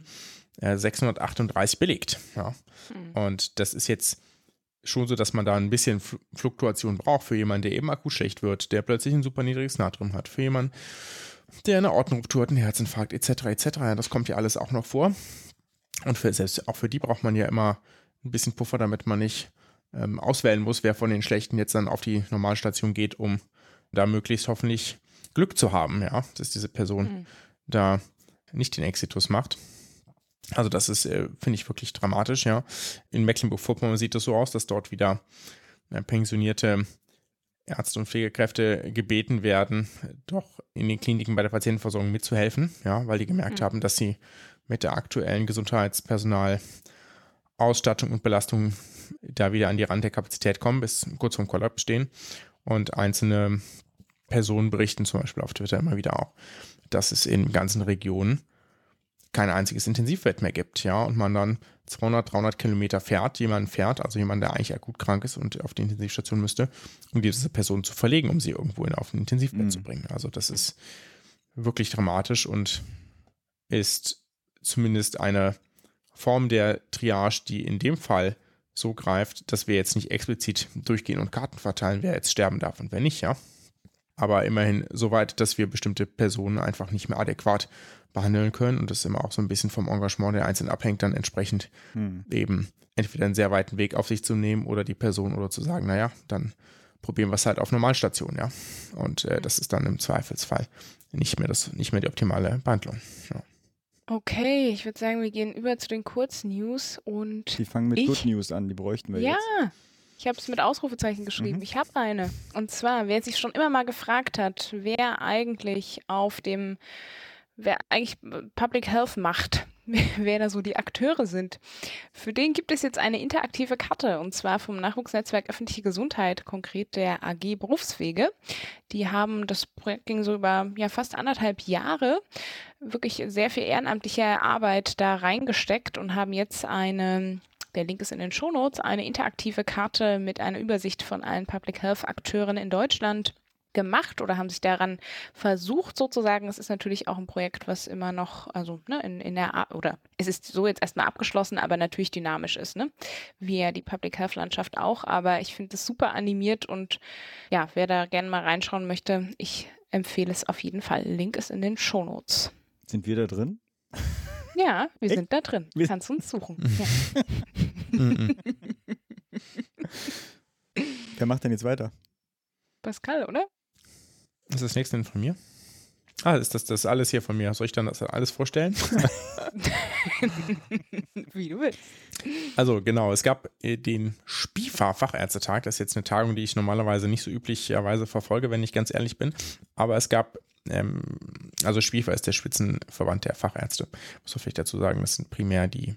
Speaker 3: 638 belegt, ja. Und das ist jetzt schon so, dass man da ein bisschen Fluktuation braucht für jemanden, der eben akut schlecht wird, der plötzlich ein super niedriges Natrium hat, für jemanden, der eine Aortenruptur hat, einen Herzinfarkt etc. Ja, das kommt ja alles auch noch vor. Und selbst auch für die braucht man ja immer ein bisschen Puffer, damit man nicht auswählen muss, wer von den Schlechten jetzt dann auf die Normalstation geht, um da möglichst hoffentlich Glück zu haben, ja, dass diese Person da nicht den Exitus macht. Also das ist, finde ich, wirklich dramatisch, ja. In Mecklenburg-Vorpommern sieht es so aus, dass dort wieder pensionierte Ärzte und Pflegekräfte gebeten werden, doch in den Kliniken bei der Patientenversorgung mitzuhelfen, ja, weil die gemerkt haben, dass sie mit der aktuellen Gesundheitspersonalausstattung und Belastung da wieder an die Rand der Kapazität kommen, bis kurz vorm Kollaps stehen. Und einzelne Personen berichten zum Beispiel auf Twitter immer wieder auch, dass es in ganzen Regionen kein einziges Intensivbett mehr gibt, ja, und man dann 200, 300 Kilometer also jemand, der eigentlich akut krank ist und auf die Intensivstation müsste, um diese Person zu verlegen, um sie irgendwo auf ein Intensivbett zu bringen. Also das ist wirklich dramatisch und ist zumindest eine Form der Triage, die in dem Fall so greift, dass wir jetzt nicht explizit durchgehen und Karten verteilen, wer jetzt sterben darf und wer nicht, ja. aber immerhin so weit, dass wir bestimmte Personen einfach nicht mehr adäquat behandeln können und das immer auch so ein bisschen vom Engagement der Einzelnen abhängt, dann entsprechend eben entweder einen sehr weiten Weg auf sich zu nehmen oder die Person oder zu sagen, naja, dann probieren wir es halt auf Normalstation, ja. Und das ist dann im Zweifelsfall nicht mehr die optimale Behandlung. Ja.
Speaker 2: Okay, ich würde sagen, wir gehen über zu den Kurznews und
Speaker 1: die fangen mit Good News an, die bräuchten wir jetzt.
Speaker 2: Ja, ich habe es mit Ausrufezeichen geschrieben. Ich habe eine. Und zwar, wer sich schon immer mal gefragt hat, wer eigentlich Public Health macht, wer da so die Akteure sind. Für den gibt es jetzt eine interaktive Karte und zwar vom Nachwuchsnetzwerk Öffentliche Gesundheit, konkret der AG Berufswege. Das Projekt ging so über fast 1,5 Jahre, wirklich sehr viel ehrenamtliche Arbeit da reingesteckt und haben jetzt der Link ist in den Shownotes, eine interaktive Karte mit einer Übersicht von allen Public Health Akteuren in Deutschland gemacht oder haben sich daran versucht sozusagen. Es ist natürlich auch ein Projekt, was immer noch, also es ist so jetzt erstmal abgeschlossen, aber natürlich dynamisch ist, ne? Wie ja die Public Health Landschaft auch, aber ich finde es super animiert und ja, wer da gerne mal reinschauen möchte, ich empfehle es auf jeden Fall. Link ist in den Shownotes.
Speaker 1: Sind wir da drin?
Speaker 2: Ja, wir sind da drin. Du kannst uns suchen. Ja.
Speaker 1: Wer macht denn jetzt weiter?
Speaker 2: Pascal, oder?
Speaker 3: Was ist das nächste denn von mir? Ist das alles hier von mir? Soll ich dann das alles vorstellen?
Speaker 2: Wie du willst.
Speaker 3: Also genau, es gab den SPIFA-Fachärztetag. Das ist jetzt eine Tagung, die ich normalerweise nicht so üblicherweise verfolge, wenn ich ganz ehrlich bin. Aber es gab, also SPIFA ist der Spitzenverband der Fachärzte. Muss man vielleicht dazu sagen, das sind primär die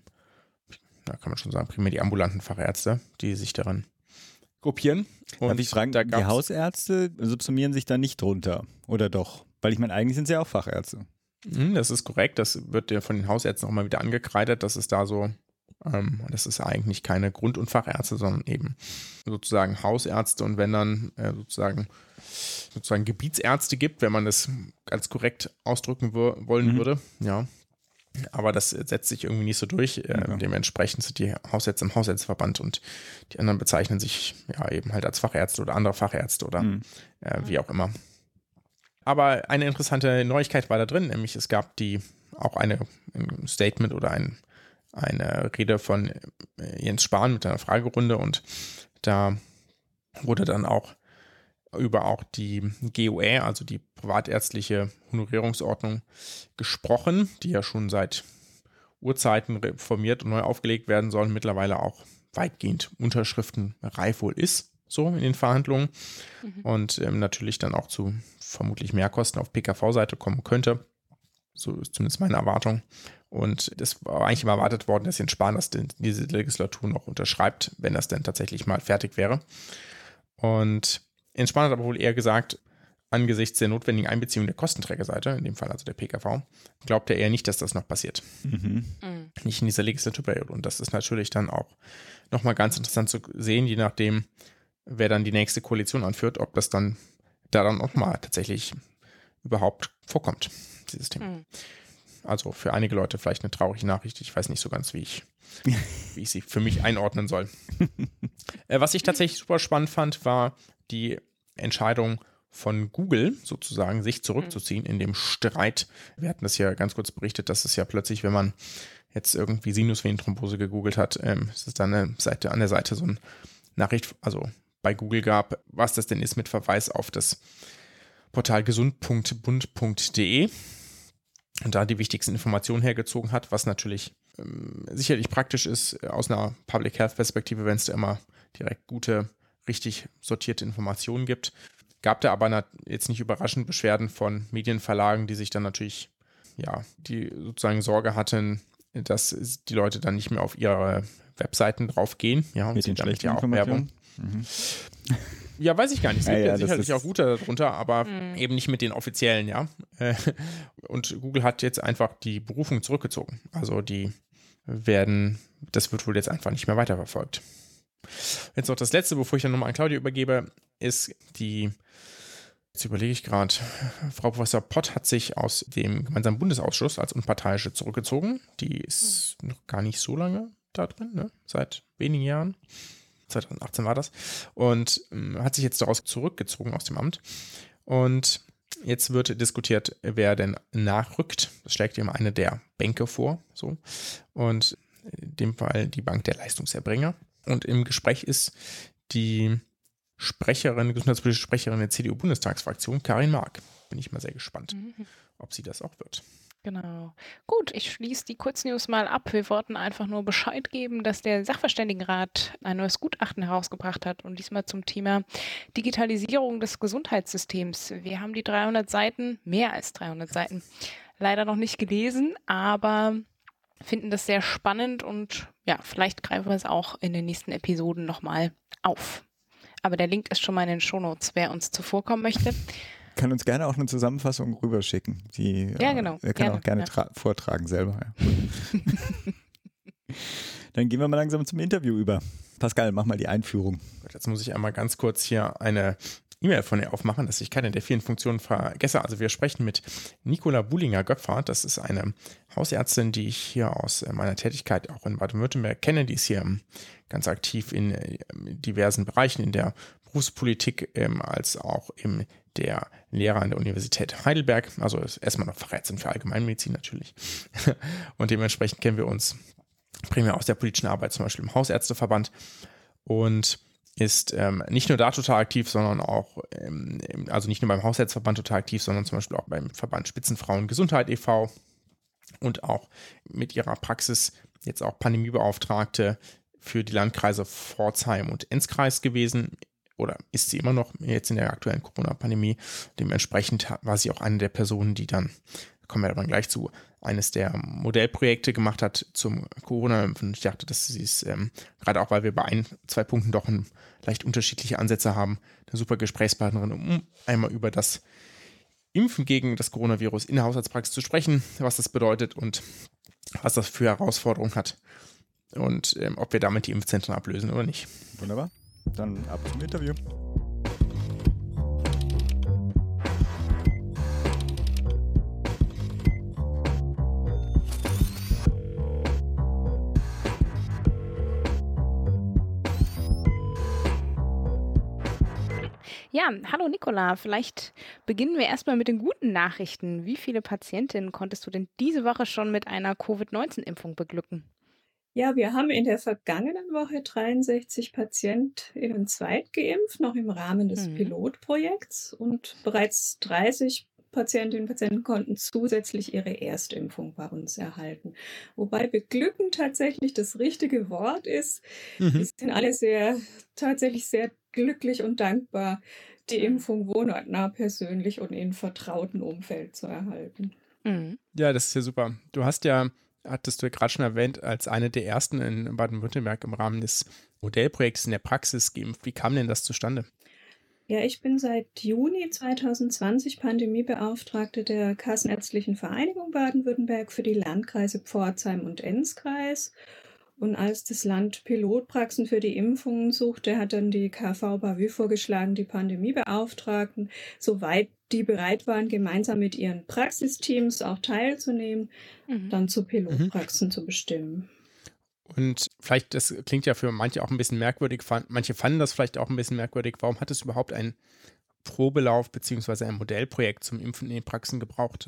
Speaker 3: ambulanten Fachärzte, die sich daran gruppieren.
Speaker 1: Und darf ich fragen, die Hausärzte subsumieren sich da nicht drunter, oder doch? Weil ich meine, eigentlich sind sie ja auch Fachärzte.
Speaker 3: Das ist korrekt, das wird ja von den Hausärzten auch mal wieder angekreidet, dass es da so, das ist eigentlich keine Grund- und Fachärzte, sondern eben sozusagen Hausärzte und wenn dann sozusagen Gebietsärzte gibt, wenn man das ganz korrekt ausdrücken wollen würde, ja. Aber das setzt sich irgendwie nicht so durch. Dementsprechend sind die Hausärzte im Hausärzteverband und die anderen bezeichnen sich ja eben halt als Fachärzte oder andere Fachärzte oder wie auch immer. Aber eine interessante Neuigkeit war da drin, nämlich es gab auch ein Statement oder eine Rede von Jens Spahn mit einer Fragerunde und da wurde dann auch über die GOÄ, also die privatärztliche Honorierungsordnung, gesprochen, die ja schon seit Urzeiten reformiert und neu aufgelegt werden soll, mittlerweile auch weitgehend unterschriftenreif wohl ist, so in den Verhandlungen und natürlich dann auch zu vermutlich Mehrkosten auf PKV-Seite kommen könnte. So ist zumindest meine Erwartung. Und das war eigentlich immer erwartet worden, dass Jens Spahn das diese Legislatur noch unterschreibt, wenn das denn tatsächlich mal fertig wäre. Und Jens Spahn hat aber wohl eher gesagt, angesichts der notwendigen Einbeziehung der Kostenträgerseite, in dem Fall also der PKV, glaubt er eher nicht, dass das noch passiert. Nicht in dieser Legislaturperiode. Und das ist natürlich dann auch nochmal ganz interessant zu sehen, je nachdem, wer dann die nächste Koalition anführt, ob das dann da dann auch mal tatsächlich überhaupt vorkommt, dieses Thema. Also für einige Leute vielleicht eine traurige Nachricht. Ich weiß nicht so ganz, wie ich sie für mich einordnen soll. Was ich tatsächlich super spannend fand, war die Entscheidung von Google sozusagen, sich zurückzuziehen in dem Streit. Wir hatten das ja ganz kurz berichtet, dass es ja plötzlich, wenn man jetzt irgendwie Sinusvenenthrombose gegoogelt hat, ist es dann an der Seite so eine Nachricht, also bei Google gab, was das denn ist mit Verweis auf das Portal gesund.bund.de und da die wichtigsten Informationen hergezogen hat, was natürlich sicherlich praktisch ist aus einer Public Health Perspektive, wenn es da immer direkt gute, richtig sortierte Informationen gibt. Gab da aber jetzt nicht überraschend Beschwerden von Medienverlagen, die sich dann natürlich, die sozusagen Sorge hatten, dass die Leute dann nicht mehr auf ihre Webseiten drauf gehen. Ja, und
Speaker 1: mit den schlechten Informationen.
Speaker 3: Ja, weiß ich gar nicht. Es gibt sicherlich auch gute darunter, aber eben nicht mit den offiziellen, ja. Und Google hat jetzt einfach die Berufung zurückgezogen. Also das wird wohl jetzt einfach nicht mehr weiterverfolgt. Jetzt noch das Letzte, bevor ich dann nochmal an Claudia übergebe, ist jetzt überlege ich gerade, Frau Professor Pott hat sich aus dem gemeinsamen Bundesausschuss als Unparteiische zurückgezogen. Die ist noch gar nicht so lange da drin, ne? Seit wenigen Jahren. 2018 war das. Und hat sich jetzt daraus zurückgezogen aus dem Amt. Und jetzt wird diskutiert, wer denn nachrückt. Das schlägt ihm eine der Bänke vor. So. Und in dem Fall die Bank der Leistungserbringer. Und im Gespräch ist die gesundheitspolitische Sprecherin der CDU-Bundestagsfraktion, Karin Mark. Bin ich mal sehr gespannt, ob sie das auch wird.
Speaker 2: Genau. Gut, ich schließe die Kurznews mal ab. Wir wollten einfach nur Bescheid geben, dass der Sachverständigenrat ein neues Gutachten herausgebracht hat und diesmal zum Thema Digitalisierung des Gesundheitssystems. Wir haben die 300 Seiten, mehr als 300 Seiten, leider noch nicht gelesen, aber finden das sehr spannend und ja, vielleicht greifen wir es auch in den nächsten Episoden nochmal auf. Aber der Link ist schon mal in den Shownotes, wer uns zuvorkommen möchte.
Speaker 1: Kann uns gerne auch eine Zusammenfassung rüberschicken.
Speaker 2: Ja, genau.
Speaker 1: Er kann auch gerne vortragen selber. Ja. Dann gehen wir mal langsam zum Interview über. Pascal, mach mal die Einführung.
Speaker 3: Jetzt muss ich einmal ganz kurz hier eine E-Mail von ihr aufmachen, dass ich keine der vielen Funktionen vergesse. Also wir sprechen mit Nicola Buhlinger-Göpfert. Das ist eine Hausärztin, die ich hier aus meiner Tätigkeit auch in Baden-Württemberg kenne. Die ist hier ganz aktiv in diversen Bereichen, in der Berufspolitik als auch in der Lehre an der Universität Heidelberg. Also ist erstmal noch Fachärztin für Allgemeinmedizin natürlich. Und dementsprechend kennen wir uns primär aus der politischen Arbeit, zum Beispiel im Hausärzteverband. Und ist nicht nur da total aktiv, sondern auch, also nicht nur beim Hausärzteverband total aktiv, sondern zum Beispiel auch beim Verband Spitzenfrauen Gesundheit e.V. und auch mit ihrer Praxis jetzt auch Pandemiebeauftragte für die Landkreise Pforzheim und Enzkreis gewesen oder ist sie immer noch jetzt in der aktuellen Corona-Pandemie. Dementsprechend war sie auch eine der Personen, die dann, kommen wir dann gleich zu, eines der Modellprojekte gemacht hat zum Corona-Impfen. Ich dachte, dass sie es, gerade auch, weil wir bei zwei Punkten doch leicht unterschiedliche Ansätze haben, eine super Gesprächspartnerin, um einmal über das Impfen gegen das Coronavirus in der Hausarztpraxis zu sprechen, was das bedeutet und was das für Herausforderungen hat und ob wir damit die Impfzentren ablösen oder nicht.
Speaker 1: Wunderbar. Dann ab zum Interview.
Speaker 2: Ja, hallo Nicola, vielleicht beginnen wir erstmal mit den guten Nachrichten. Wie viele Patientinnen konntest du denn diese Woche schon mit einer Covid-19-Impfung beglücken?
Speaker 4: Ja, wir haben in der vergangenen Woche 63 PatientInnen zweitgeimpft, noch im Rahmen des Pilotprojekts, und bereits 30 Patientinnen und Patienten konnten zusätzlich ihre Erstimpfung bei uns erhalten. Wobei beglücken tatsächlich das richtige Wort ist. Wir sind alle tatsächlich sehr glücklich und dankbar, die Impfung wohnortnah persönlich und in vertrautem Umfeld zu erhalten.
Speaker 3: Ja, das ist ja super. Hattest du ja gerade schon erwähnt, als eine der ersten in Baden-Württemberg im Rahmen des Modellprojekts in der Praxis geimpft. Wie kam denn das zustande?
Speaker 4: Ja, ich bin seit Juni 2020 Pandemiebeauftragte der Kassenärztlichen Vereinigung Baden-Württemberg für die Landkreise Pforzheim und Enzkreis. Und als das Land Pilotpraxen für die Impfungen suchte, hat dann die KV Bavü vorgeschlagen, die Pandemiebeauftragten, soweit die bereit waren, gemeinsam mit ihren Praxisteams auch teilzunehmen, dann zu Pilotpraxen zu bestimmen.
Speaker 3: Und vielleicht, das klingt ja für manche auch ein bisschen merkwürdig, manche fanden das vielleicht auch ein bisschen merkwürdig. Warum hat es überhaupt einen Probelauf bzw. ein Modellprojekt zum Impfen in den Praxen gebraucht?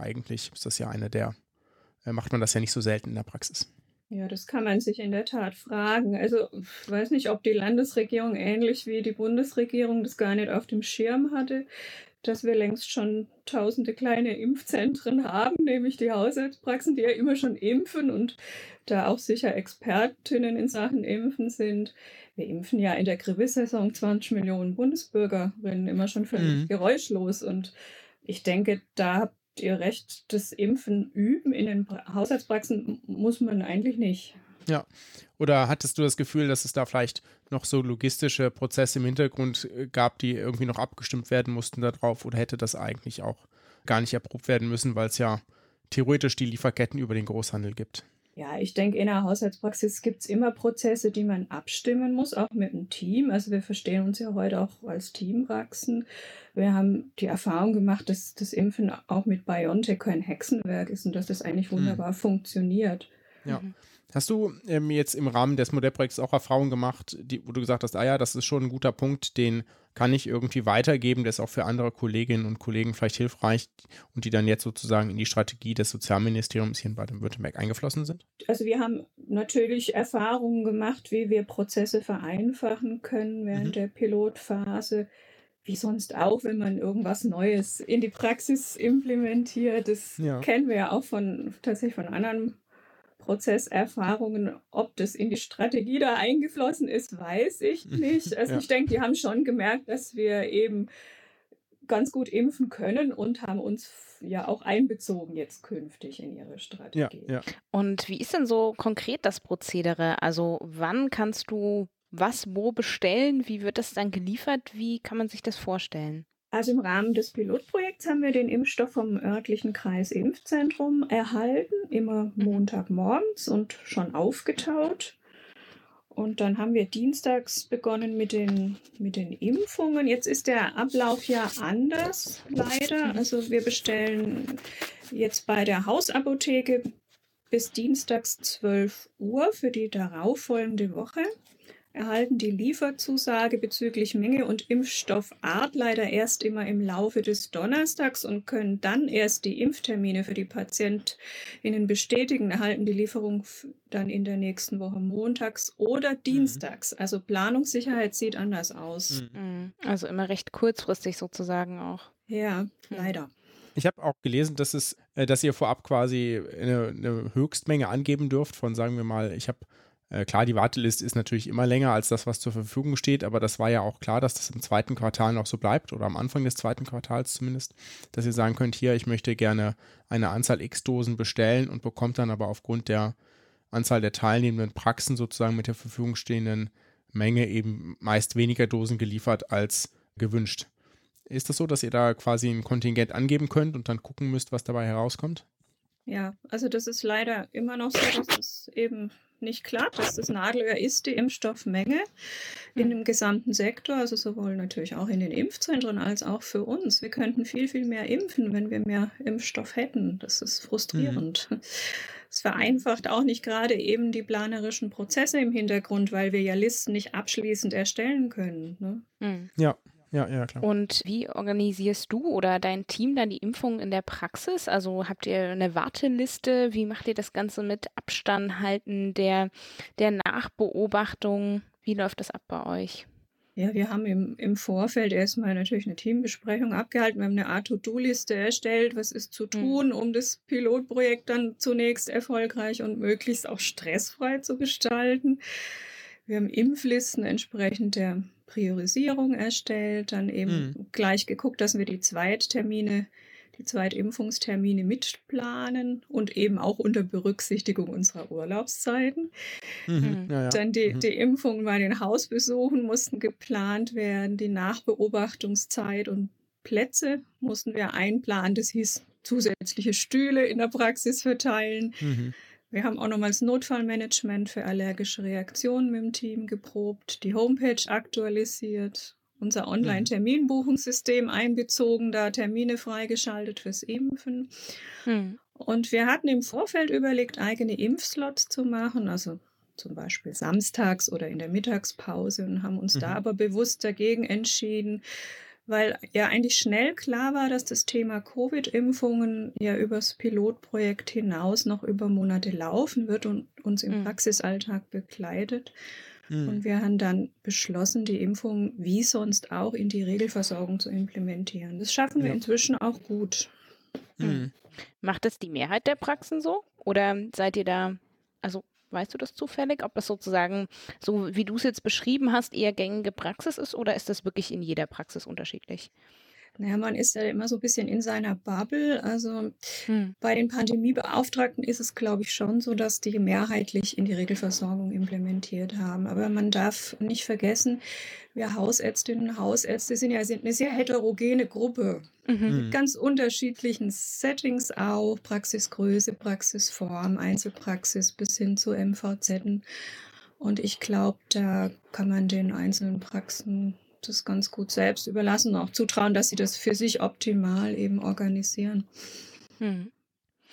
Speaker 3: Macht man das ja nicht so selten in der Praxis.
Speaker 4: Ja, das kann man sich in der Tat fragen. Also ich weiß nicht, ob die Landesregierung ähnlich wie die Bundesregierung das gar nicht auf dem Schirm hatte, dass wir längst schon tausende kleine Impfzentren haben, nämlich die Hausarztpraxen, die ja immer schon impfen und da auch sicher Expertinnen in Sachen Impfen sind. Wir impfen ja in der Grippesaison 20 Millionen Bundesbürgerinnen immer schon völlig geräuschlos. Und ich denke, da habt ihr recht, das Impfen üben in den Hausarztpraxen muss man eigentlich nicht.
Speaker 3: Ja, oder hattest du das Gefühl, dass es da vielleicht noch so logistische Prozesse im Hintergrund gab, die irgendwie noch abgestimmt werden mussten darauf, oder hätte das eigentlich auch gar nicht erprobt werden müssen, weil es ja theoretisch die Lieferketten über den Großhandel gibt?
Speaker 4: Ja, ich denke, in der Haushaltspraxis gibt es immer Prozesse, die man abstimmen muss, auch mit dem Team. Also wir verstehen uns ja heute auch als Teampraxen. Wir haben die Erfahrung gemacht, dass das Impfen auch mit BioNTech kein Hexenwerk ist und dass das eigentlich wunderbar funktioniert.
Speaker 3: Ja. Hast du jetzt im Rahmen des Modellprojekts auch Erfahrungen gemacht, wo du gesagt hast, das ist schon ein guter Punkt, den kann ich irgendwie weitergeben, der ist auch für andere Kolleginnen und Kollegen vielleicht hilfreich und die dann jetzt sozusagen in die Strategie des Sozialministeriums hier in Baden-Württemberg eingeflossen sind?
Speaker 4: Also wir haben natürlich Erfahrungen gemacht, wie wir Prozesse vereinfachen können während der Pilotphase, wie sonst auch, wenn man irgendwas Neues in die Praxis implementiert. Das kennen wir ja auch tatsächlich von anderen Prozesserfahrungen. Ob das in die Strategie da eingeflossen ist, weiß ich nicht. Also ich denke, die haben schon gemerkt, dass wir eben ganz gut impfen können und haben uns ja auch einbezogen jetzt künftig in ihre Strategie.
Speaker 3: Ja.
Speaker 2: Und wie ist denn so konkret das Prozedere? Also wann kannst du was wo bestellen? Wie wird das dann geliefert? Wie kann man sich das vorstellen?
Speaker 4: Also im Rahmen des Pilotprojekts haben wir den Impfstoff vom örtlichen Kreisimpfzentrum erhalten, immer Montagmorgens und schon aufgetaut. Und dann haben wir dienstags begonnen mit den Impfungen. Jetzt ist der Ablauf ja anders, leider. Also wir bestellen jetzt bei der Hausapotheke bis dienstags 12 Uhr für die darauffolgende Woche. Erhalten die Lieferzusage bezüglich Menge und Impfstoffart leider erst immer im Laufe des Donnerstags und können dann erst die Impftermine für die PatientInnen bestätigen, erhalten die Lieferung dann in der nächsten Woche montags oder dienstags. Also Planungssicherheit sieht anders aus.
Speaker 2: Also immer recht kurzfristig sozusagen auch.
Speaker 4: Ja, leider.
Speaker 3: Ich habe auch gelesen, dass ihr vorab quasi eine Höchstmenge angeben dürft von, sagen wir mal, klar, die Warteliste ist natürlich immer länger als das, was zur Verfügung steht, aber das war ja auch klar, dass das im zweiten Quartal noch so bleibt oder am Anfang des zweiten Quartals zumindest, dass ihr sagen könnt, hier, ich möchte gerne eine Anzahl X Dosen bestellen und bekommt dann aber aufgrund der Anzahl der teilnehmenden Praxen sozusagen mit der Verfügung stehenden Menge eben meist weniger Dosen geliefert als gewünscht. Ist das so, dass ihr da quasi ein Kontingent angeben könnt und dann gucken müsst, was dabei herauskommt?
Speaker 4: Ja, also das ist leider immer noch so, dass es eben nicht klappt, dass das Nadelöhr ist die Impfstoffmenge in dem gesamten Sektor, also sowohl natürlich auch in den Impfzentren als auch für uns. Wir könnten viel, viel mehr impfen, wenn wir mehr Impfstoff hätten. Das ist frustrierend. Es vereinfacht auch nicht gerade eben die planerischen Prozesse im Hintergrund, weil wir ja Listen nicht abschließend erstellen können. Ne?
Speaker 3: Ja, klar.
Speaker 2: Und wie organisierst du oder dein Team dann die Impfung in der Praxis? Also habt ihr eine Warteliste? Wie macht ihr das Ganze mit Abstand halten, der Nachbeobachtung? Wie läuft das ab bei euch?
Speaker 4: Ja, wir haben im Vorfeld erstmal natürlich eine Teambesprechung abgehalten. Wir haben eine Art To-Do-Liste erstellt, was ist zu tun, um das Pilotprojekt dann zunächst erfolgreich und möglichst auch stressfrei zu gestalten. Wir haben Impflisten entsprechend der Priorisierung erstellt, dann eben gleich geguckt, dass wir die Zweitimpfungstermine mitplanen und eben auch unter Berücksichtigung unserer Urlaubszeiten. Dann die Impfungen bei den Hausbesuchen mussten geplant werden, die Nachbeobachtungszeit und Plätze mussten wir einplanen. Das hieß zusätzliche Stühle in der Praxis verteilen. Wir haben auch nochmals Notfallmanagement für allergische Reaktionen mit dem Team geprobt, die Homepage aktualisiert, unser Online-Terminbuchungssystem einbezogen, da Termine freigeschaltet fürs Impfen. Und wir hatten im Vorfeld überlegt, eigene Impfslots zu machen, also zum Beispiel samstags oder in der Mittagspause und haben uns da aber bewusst dagegen entschieden, weil ja eigentlich schnell klar war, dass das Thema Covid-Impfungen ja übers Pilotprojekt hinaus noch über Monate laufen wird und uns im Praxisalltag begleitet. Und wir haben dann beschlossen, die Impfung wie sonst auch in die Regelversorgung zu implementieren. Das schaffen wir inzwischen auch gut.
Speaker 2: Macht das die Mehrheit der Praxen so? Oder seid ihr da, also weißt du das zufällig, ob das sozusagen, so wie du es jetzt beschrieben hast, eher gängige Praxis ist oder ist das wirklich in jeder Praxis unterschiedlich?
Speaker 4: Naja, man ist ja immer so ein bisschen in seiner Bubble. Also bei den Pandemiebeauftragten ist es, glaube ich, schon so, dass die mehrheitlich in die Regelversorgung implementiert haben. Aber man darf nicht vergessen, wir Hausärztinnen und Hausärzte sind eine sehr heterogene Gruppe. Mit ganz unterschiedlichen Settings auch, Praxisgröße, Praxisform, Einzelpraxis bis hin zu MVZen. Und ich glaube, da kann man den einzelnen Praxen das ganz gut selbst überlassen und auch zutrauen, dass sie das für sich optimal eben organisieren.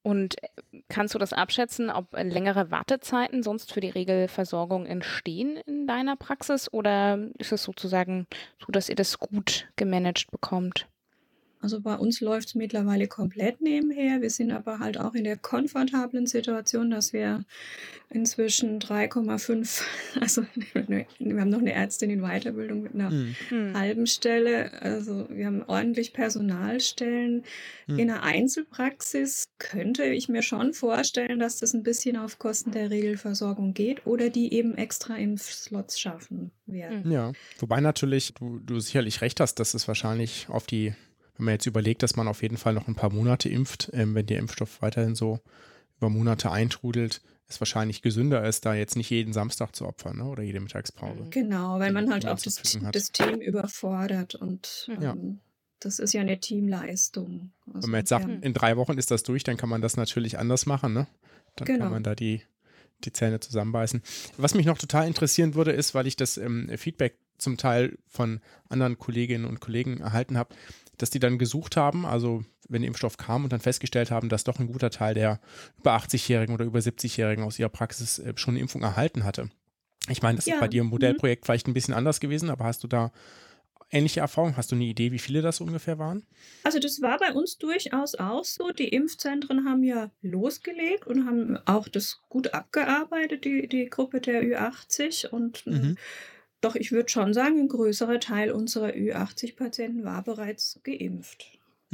Speaker 2: Und kannst du das abschätzen, ob längere Wartezeiten sonst für die Regelversorgung entstehen in deiner Praxis oder ist es sozusagen so, dass ihr das gut gemanagt bekommt?
Speaker 4: Also bei uns läuft es mittlerweile komplett nebenher. Wir sind aber halt auch in der komfortablen Situation, dass wir inzwischen 3,5, also wir haben noch eine Ärztin in Weiterbildung mit einer halben Stelle. Also wir haben ordentlich Personalstellen. In einer Einzelpraxis könnte ich mir schon vorstellen, dass das ein bisschen auf Kosten der Regelversorgung geht oder die eben extra Impfslots schaffen werden.
Speaker 3: Ja, wobei natürlich du sicherlich recht hast, dass es wahrscheinlich auf die, wenn man jetzt überlegt, dass man auf jeden Fall noch ein paar Monate impft, wenn der Impfstoff weiterhin so über Monate eintrudelt, es wahrscheinlich gesünder ist, da jetzt nicht jeden Samstag zu opfern, ne? Oder jede Mittagspause.
Speaker 4: Genau, weil man halt auch das Team überfordert und das ist ja eine Teamleistung. Also
Speaker 3: wenn man jetzt sagt, in 3 Wochen ist das durch, dann kann man das natürlich anders machen, ne? Dann kann man da die Zähne zusammenbeißen. Was mich noch total interessieren würde, ist, weil ich das Feedback zum Teil von anderen Kolleginnen und Kollegen erhalten habe, dass die dann gesucht haben, also wenn der Impfstoff kam und dann festgestellt haben, dass doch ein guter Teil der über 80-Jährigen oder über 70-Jährigen aus ihrer Praxis schon eine Impfung erhalten hatte. Ich meine, das ist bei dir im Modellprojekt vielleicht ein bisschen anders gewesen, aber hast du da ähnliche Erfahrungen? Hast du eine Idee, wie viele das ungefähr waren?
Speaker 4: Also das war bei uns durchaus auch so. Die Impfzentren haben ja losgelegt und haben auch das gut abgearbeitet, die Gruppe der Ü80 und doch, ich würde schon sagen, ein größerer Teil unserer Ü80-Patienten war bereits geimpft.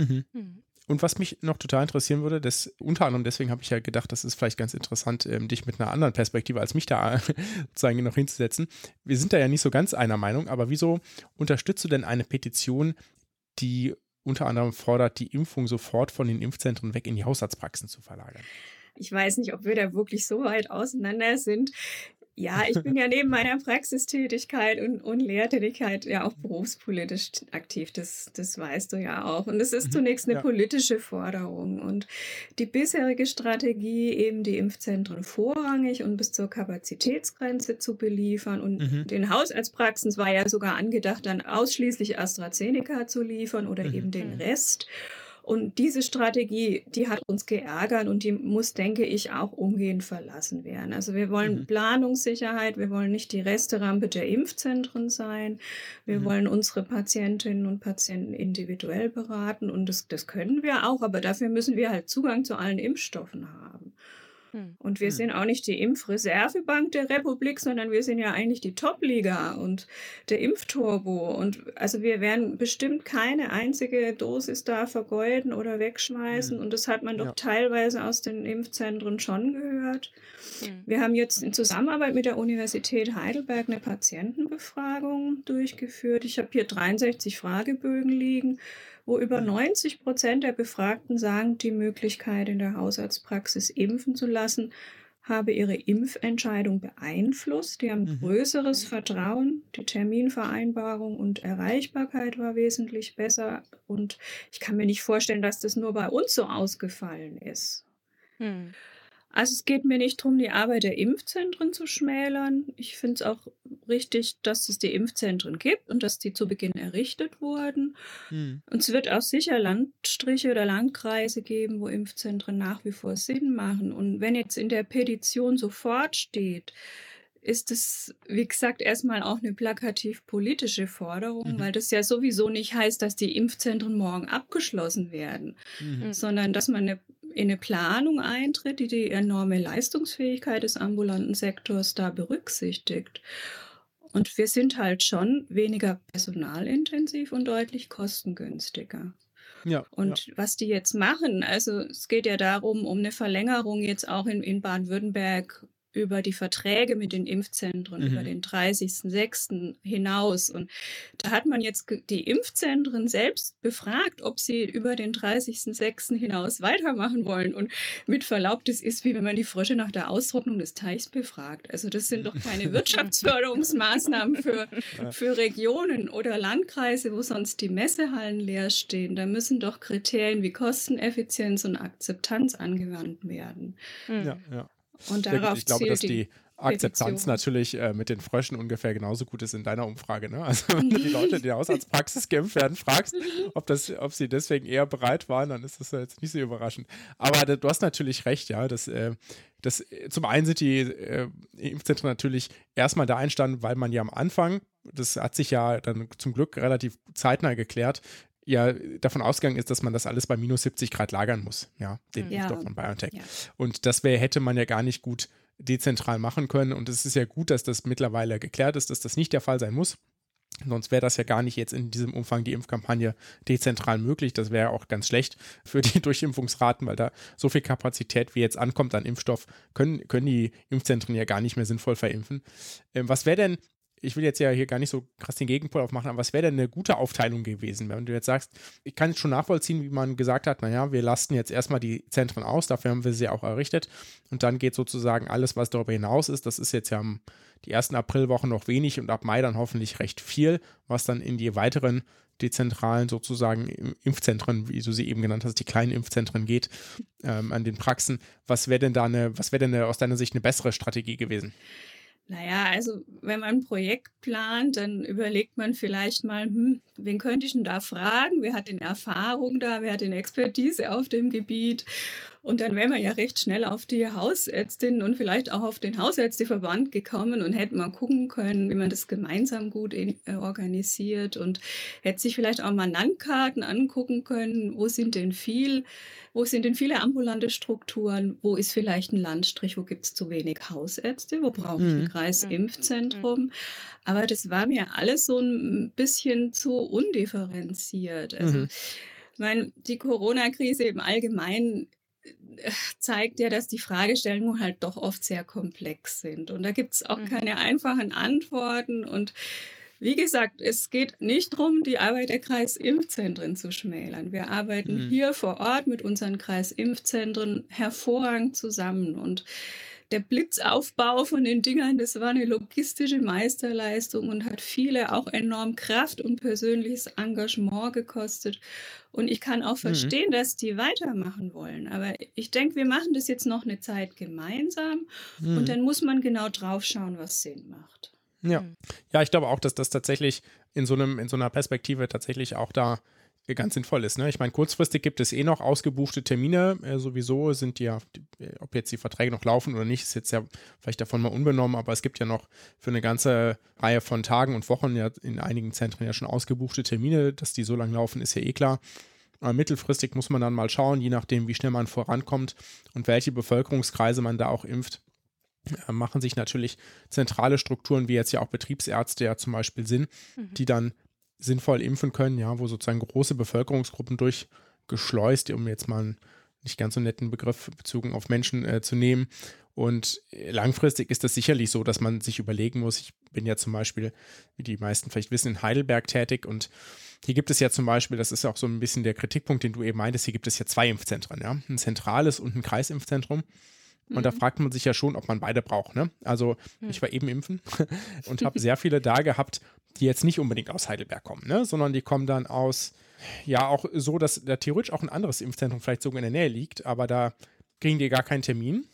Speaker 3: Und was mich noch total interessieren würde, unter anderem deswegen habe ich ja gedacht, das ist vielleicht ganz interessant, dich mit einer anderen Perspektive als mich da sozusagen noch hinzusetzen. Wir sind da ja nicht so ganz einer Meinung, aber wieso unterstützt du denn eine Petition, die unter anderem fordert, die Impfung sofort von den Impfzentren weg in die Hausarztpraxen zu verlagern?
Speaker 4: Ich weiß nicht, ob wir da wirklich so weit auseinander sind. Ja, ich bin ja neben meiner Praxistätigkeit und Lehrtätigkeit ja auch berufspolitisch aktiv, das weißt du ja auch. Und es ist zunächst eine politische Forderung. Und die bisherige Strategie, eben die Impfzentren vorrangig und bis zur Kapazitätsgrenze zu beliefern und den Hausarztpraxen war ja sogar angedacht, dann ausschließlich AstraZeneca zu liefern oder eben den Rest. Und diese Strategie, die hat uns geärgert und die muss, denke ich, auch umgehend verlassen werden. Also wir wollen Planungssicherheit, wir wollen nicht die Resterampe der Impfzentren sein, wir wollen unsere Patientinnen und Patienten individuell beraten und das können wir auch, aber dafür müssen wir halt Zugang zu allen Impfstoffen haben. Und wir sind auch nicht die Impfreservebank der Republik, sondern wir sind ja eigentlich die Top-Liga und der Impfturbo. Und also wir werden bestimmt keine einzige Dosis da vergeuden oder wegschmeißen. Und das hat man doch teilweise aus den Impfzentren schon gehört. Wir haben jetzt in Zusammenarbeit mit der Universität Heidelberg eine Patientenbefragung durchgeführt. Ich habe hier 63 Fragebögen liegen, wo über 90% der Befragten sagen, die Möglichkeit in der Hausarztpraxis impfen zu lassen, habe ihre Impfentscheidung beeinflusst. Die haben größeres Vertrauen, die Terminvereinbarung und Erreichbarkeit war wesentlich besser. Und ich kann mir nicht vorstellen, dass das nur bei uns so ausgefallen ist. Also es geht mir nicht darum, die Arbeit der Impfzentren zu schmälern. Ich finde es auch richtig, dass es die Impfzentren gibt und dass die zu Beginn errichtet wurden. Und es wird auch sicher Landstriche oder Landkreise geben, wo Impfzentren nach wie vor Sinn machen. Und wenn jetzt in der Petition sofort steht, ist es, wie gesagt, erstmal auch eine plakativ-politische Forderung, weil das ja sowieso nicht heißt, dass die Impfzentren morgen abgeschlossen werden, sondern dass man in eine Planung eintritt, die die enorme Leistungsfähigkeit des ambulanten Sektors da berücksichtigt. Und wir sind halt schon weniger personalintensiv und deutlich kostengünstiger. Und was die jetzt machen, also es geht ja darum, um eine Verlängerung jetzt auch in Baden-Württemberg über die Verträge mit den Impfzentren, über den 30.06. hinaus. Und da hat man jetzt die Impfzentren selbst befragt, ob sie über den 30.06. hinaus weitermachen wollen. Und mit Verlaub, das ist wie wenn man die Frösche nach der Austrocknung des Teichs befragt. Also das sind doch keine Wirtschaftsförderungsmaßnahmen für Regionen oder Landkreise, wo sonst die Messehallen leer stehen. Da müssen doch Kriterien wie Kosteneffizienz und Akzeptanz angewandt werden.
Speaker 3: Ja.
Speaker 4: Und darauf
Speaker 3: ich glaube, dass die Akzeptanz natürlich mit den Fröschen ungefähr genauso gut ist in deiner Umfrage. Ne? Also wenn du die Leute, die in der Hausarztpraxis geimpft werden, fragst, ob sie deswegen eher bereit waren, dann ist das jetzt nicht so überraschend. Aber du hast natürlich recht, ja, dass zum einen sind die Impfzentren natürlich erstmal da entstanden, weil man ja am Anfang, das hat sich ja dann zum Glück relativ zeitnah geklärt, ja davon ausgegangen ist, dass man das alles bei minus 70 Grad lagern muss, ja, den Impfstoff von BioNTech. Ja. Und das hätte man ja gar nicht gut dezentral machen können. Und es ist ja gut, dass das mittlerweile geklärt ist, dass das nicht der Fall sein muss. Sonst wäre das ja gar nicht jetzt in diesem Umfang die Impfkampagne dezentral möglich. Das wäre auch ganz schlecht für die Durchimpfungsraten, weil da so viel Kapazität, wie jetzt ankommt an Impfstoff, können die Impfzentren ja gar nicht mehr sinnvoll verimpfen. Was wäre denn, ich will jetzt ja hier gar nicht so krass den Gegenpol aufmachen, aber was wäre denn eine gute Aufteilung gewesen, wenn du jetzt sagst, ich kann jetzt schon nachvollziehen, wie man gesagt hat, naja, wir lasten jetzt erstmal die Zentren aus, dafür haben wir sie auch errichtet und dann geht sozusagen alles, was darüber hinaus ist, das ist jetzt ja die ersten Aprilwochen noch wenig und ab Mai dann hoffentlich recht viel, was dann in die weiteren dezentralen sozusagen Impfzentren, wie du sie eben genannt hast, die kleinen Impfzentren geht, an den Praxen. Was wäre denn aus deiner Sicht eine bessere Strategie gewesen?
Speaker 4: Naja, also wenn man ein Projekt plant, dann überlegt man vielleicht mal, wen könnte ich denn da fragen? Wer hat denn Erfahrung da? Wer hat denn Expertise auf dem Gebiet? Und dann wäre man ja recht schnell auf die Hausärztinnen und vielleicht auch auf den Hausärzteverband gekommen und hätte mal gucken können, wie man das gemeinsam gut organisiert und hätte sich vielleicht auch mal Landkarten angucken können, wo sind denn viele ambulante Strukturen, wo ist vielleicht ein Landstrich, wo gibt es zu wenig Hausärzte, wo brauche ich ein Kreisimpfzentrum. Aber das war mir alles so ein bisschen zu undifferenziert. Also, ich meine, die Corona-Krise im Allgemeinen zeigt ja, dass die Fragestellungen halt doch oft sehr komplex sind. Und da gibt es auch keine einfachen Antworten. Und wie gesagt, es geht nicht darum, die Arbeit der Kreisimpfzentren zu schmälern. Wir arbeiten hier vor Ort mit unseren Kreisimpfzentren hervorragend zusammen. Und der Blitzaufbau von den Dingern, das war eine logistische Meisterleistung und hat viele auch enorm Kraft und persönliches Engagement gekostet. Und ich kann auch verstehen, dass die weitermachen wollen. Aber ich denke, wir machen das jetzt noch eine Zeit gemeinsam und dann muss man genau drauf schauen, was Sinn macht.
Speaker 3: Ja, ich glaube auch, dass das tatsächlich in so einer Perspektive tatsächlich auch da ganz sinnvoll ist. Ne? Ich meine, kurzfristig gibt es noch ausgebuchte Termine. Sowieso sind die ja, ob jetzt die Verträge noch laufen oder nicht, ist jetzt ja vielleicht davon mal unbenommen, aber es gibt ja noch für eine ganze Reihe von Tagen und Wochen ja in einigen Zentren ja schon ausgebuchte Termine. Dass die so lang laufen, ist ja eh klar. Aber mittelfristig muss man dann mal schauen, je nachdem, wie schnell man vorankommt und welche Bevölkerungskreise man da auch impft. Machen sich natürlich zentrale Strukturen, wie jetzt ja auch Betriebsärzte ja zum Beispiel sind, die dann sinnvoll impfen können, ja, wo sozusagen große Bevölkerungsgruppen durchgeschleust, um jetzt mal einen nicht ganz so netten Begriff bezogen auf Menschen zu nehmen. Und langfristig ist das sicherlich so, dass man sich überlegen muss, ich bin ja zum Beispiel, wie die meisten vielleicht wissen, in Heidelberg tätig und hier gibt es ja zum Beispiel, das ist ja auch so ein bisschen der Kritikpunkt, den du eben meintest, hier gibt es ja 2 Impfzentren, ja, ein zentrales und ein Kreisimpfzentrum. Und da fragt man sich ja schon, ob man beide braucht. Ne? Also ich war eben impfen und habe sehr viele da gehabt, die jetzt nicht unbedingt aus Heidelberg kommen, ne? Sondern die kommen dann aus, ja auch so, dass da theoretisch auch ein anderes Impfzentrum vielleicht sogar in der Nähe liegt, aber da kriegen die gar keinen Termin,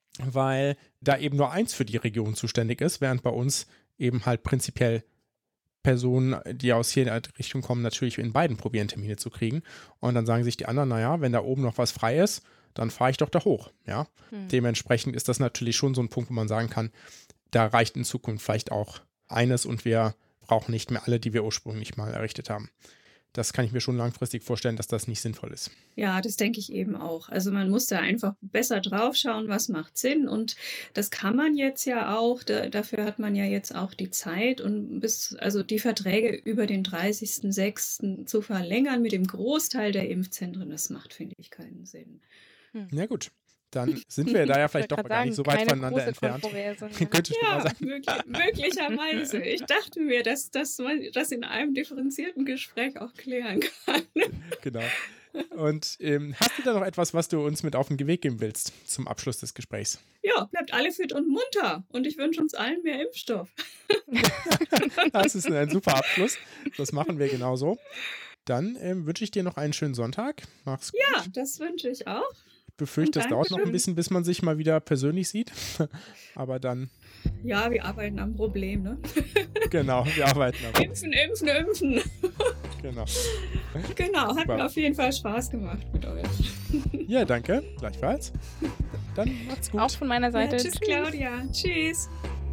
Speaker 3: weil da eben nur eins für die Region zuständig ist, während bei uns eben halt prinzipiell Personen, die aus hier in der Richtung kommen, natürlich in beiden probieren, Termine zu kriegen. Und dann sagen sich die anderen, naja, wenn da oben noch was frei ist, dann fahre ich doch da hoch, ja. Dementsprechend ist das natürlich schon so ein Punkt, wo man sagen kann, da reicht in Zukunft vielleicht auch eines und wir brauchen nicht mehr alle, die wir ursprünglich mal errichtet haben. Das kann ich mir schon langfristig vorstellen, dass das nicht sinnvoll ist.
Speaker 4: Ja, das denke ich eben auch. Also man muss da einfach besser drauf schauen, was macht Sinn und das kann man jetzt ja auch, dafür hat man ja jetzt auch die Zeit und also die Verträge über den 30.06. zu verlängern mit dem Großteil der Impfzentren, das macht, finde ich, keinen Sinn.
Speaker 3: Na gut, dann sind wir da ja vielleicht doch gar nicht so weit voneinander entfernt. Könnte ich mal sagen.
Speaker 4: Möglicherweise. Ich dachte mir, dass man das in einem differenzierten Gespräch auch klären kann.
Speaker 3: Genau. Und hast du da noch etwas, was du uns mit auf den Weg geben willst zum Abschluss des Gesprächs?
Speaker 4: Ja, bleibt alle fit und munter und ich wünsche uns allen mehr Impfstoff.
Speaker 3: Das ist ein super Abschluss. Das machen wir genauso. Dann wünsche ich dir noch einen schönen Sonntag. Mach's gut.
Speaker 4: Ja, das wünsche ich auch.
Speaker 3: befürchte, es dauert noch ein bisschen, bis man sich mal wieder persönlich sieht. Aber dann...
Speaker 4: Ja, wir arbeiten am Problem, ne?
Speaker 3: Genau, wir arbeiten am Problem.
Speaker 4: Impfen. Genau, hat
Speaker 3: Super.
Speaker 4: mir auf jeden Fall Spaß gemacht mit euch.
Speaker 3: Ja, danke. Gleichfalls. Dann macht's gut.
Speaker 2: Auch von meiner Seite.
Speaker 4: Ja, tschüss, Claudia. Tschüss.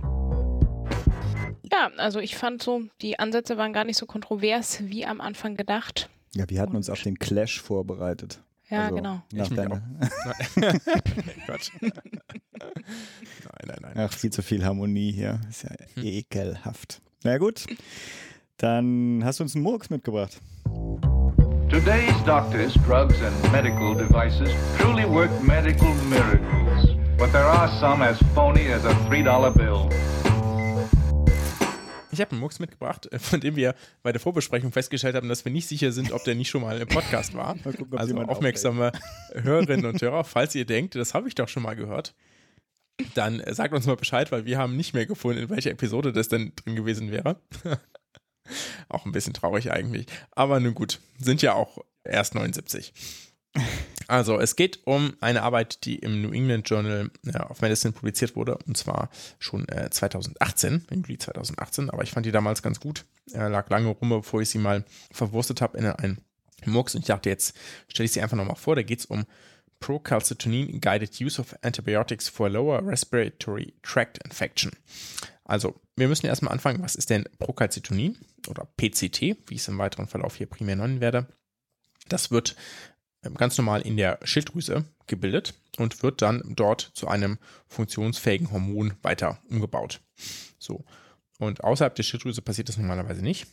Speaker 2: Ja, also ich fand so, die Ansätze waren gar nicht so kontrovers wie am Anfang gedacht.
Speaker 1: Ja, wir hatten uns auf den Clash vorbereitet.
Speaker 2: Ja,
Speaker 1: also
Speaker 2: genau.
Speaker 1: Nach deiner...
Speaker 3: Gott. Nein.
Speaker 1: Ach, viel zu viel Harmonie hier. Ist ja ekelhaft. Na gut, dann hast du uns einen Murks mitgebracht.
Speaker 5: Today's doctors, drugs and medical devices truly work medical miracles. But there are some as phony as a $3 bill.
Speaker 3: Ich habe einen Murks mitgebracht, von dem wir bei der Vorbesprechung festgestellt haben, dass wir nicht sicher sind, ob der nicht schon mal im Podcast war.
Speaker 1: Mal gucken, ob
Speaker 3: also
Speaker 1: jemand
Speaker 3: aufmerksame Hörerinnen und Hörer, falls ihr denkt, das habe ich doch schon mal gehört, dann sagt uns mal Bescheid, weil wir haben nicht mehr gefunden, in welcher Episode das denn drin gewesen wäre. Auch ein bisschen traurig eigentlich. Aber nun gut, sind ja auch erst 79. Also, es geht um eine Arbeit, die im New England Journal of Medicine publiziert wurde, und zwar schon 2018, im Juli 2018, aber ich fand die damals ganz gut. Lag lange rum, bevor ich sie mal verwurstet habe in einen Murks, und ich dachte, jetzt stelle ich sie einfach nochmal vor. Da geht es um Procalcitonin Guided Use of Antibiotics for Lower Respiratory Tract Infection. Also, wir müssen erstmal anfangen, was ist denn Procalcitonin oder PCT, wie ich es im weiteren Verlauf hier primär nennen werde. Das wird ganz normal in der Schilddrüse gebildet und wird dann dort zu einem funktionsfähigen Hormon weiter umgebaut. So. Und außerhalb der Schilddrüse passiert das normalerweise nicht,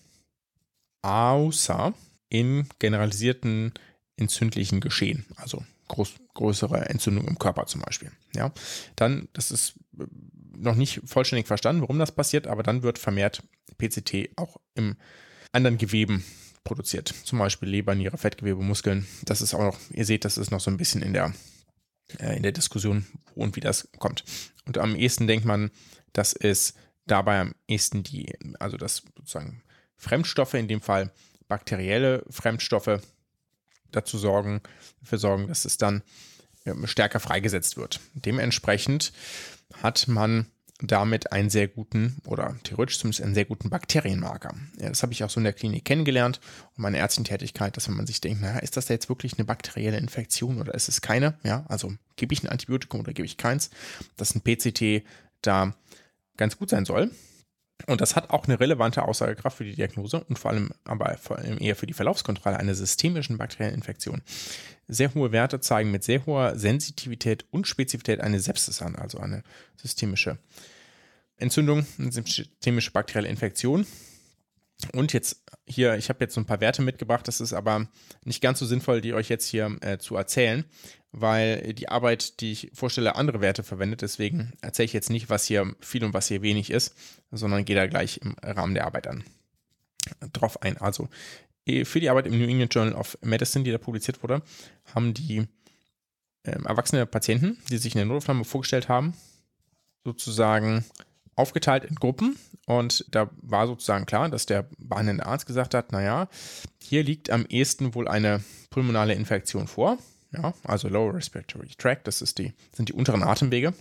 Speaker 3: außer in generalisierten entzündlichen Geschehen, also größere Entzündung im Körper zum Beispiel. Ja, dann, das ist noch nicht vollständig verstanden, warum das passiert, aber dann wird vermehrt PCT auch im anderen Geweben produziert. Zum Beispiel Leber, Niere, Fettgewebe, Muskeln. Das ist auch noch, ihr seht, das ist noch so ein bisschen in der Diskussion, wo und wie das kommt. Und am ehesten denkt man, dass es dabei am ehesten dass sozusagen Fremdstoffe, in dem Fall bakterielle Fremdstoffe, dafür sorgen, dass es dann stärker freigesetzt wird. Dementsprechend hat man damit einen sehr guten oder theoretisch zumindest einen sehr guten Bakterienmarker. Ja, das habe ich auch so in der Klinik kennengelernt und meine Ärztentätigkeit, dass wenn man sich denkt, naja, ist das da jetzt wirklich eine bakterielle Infektion oder ist es keine? Ja, also gebe ich ein Antibiotikum oder gebe ich keins, dass ein PCT da ganz gut sein soll. Und das hat auch eine relevante Aussagekraft für die Diagnose und vor allem eher für die Verlaufskontrolle einer systemischen bakteriellen Infektion. Sehr hohe Werte zeigen mit sehr hoher Sensitivität und Spezifität eine Sepsis an, also eine systemische Entzündung, eine systemische bakterielle Infektion. Und jetzt hier, ich habe jetzt so ein paar Werte mitgebracht, das ist aber nicht ganz so sinnvoll, die euch jetzt hier zu erzählen, weil die Arbeit, die ich vorstelle, andere Werte verwendet. Deswegen erzähle ich jetzt nicht, was hier viel und was hier wenig ist, sondern gehe da gleich im Rahmen der Arbeit drauf ein. Also für die Arbeit im New England Journal of Medicine, die da publiziert wurde, haben die erwachsene Patienten, die sich in der Notaufnahme vorgestellt haben, sozusagen aufgeteilt in Gruppen, und da war sozusagen klar, dass der behandelnde Arzt gesagt hat, naja, hier liegt am ehesten wohl eine pulmonale Infektion vor, ja, also Lower Respiratory Tract, sind die unteren Atemwege,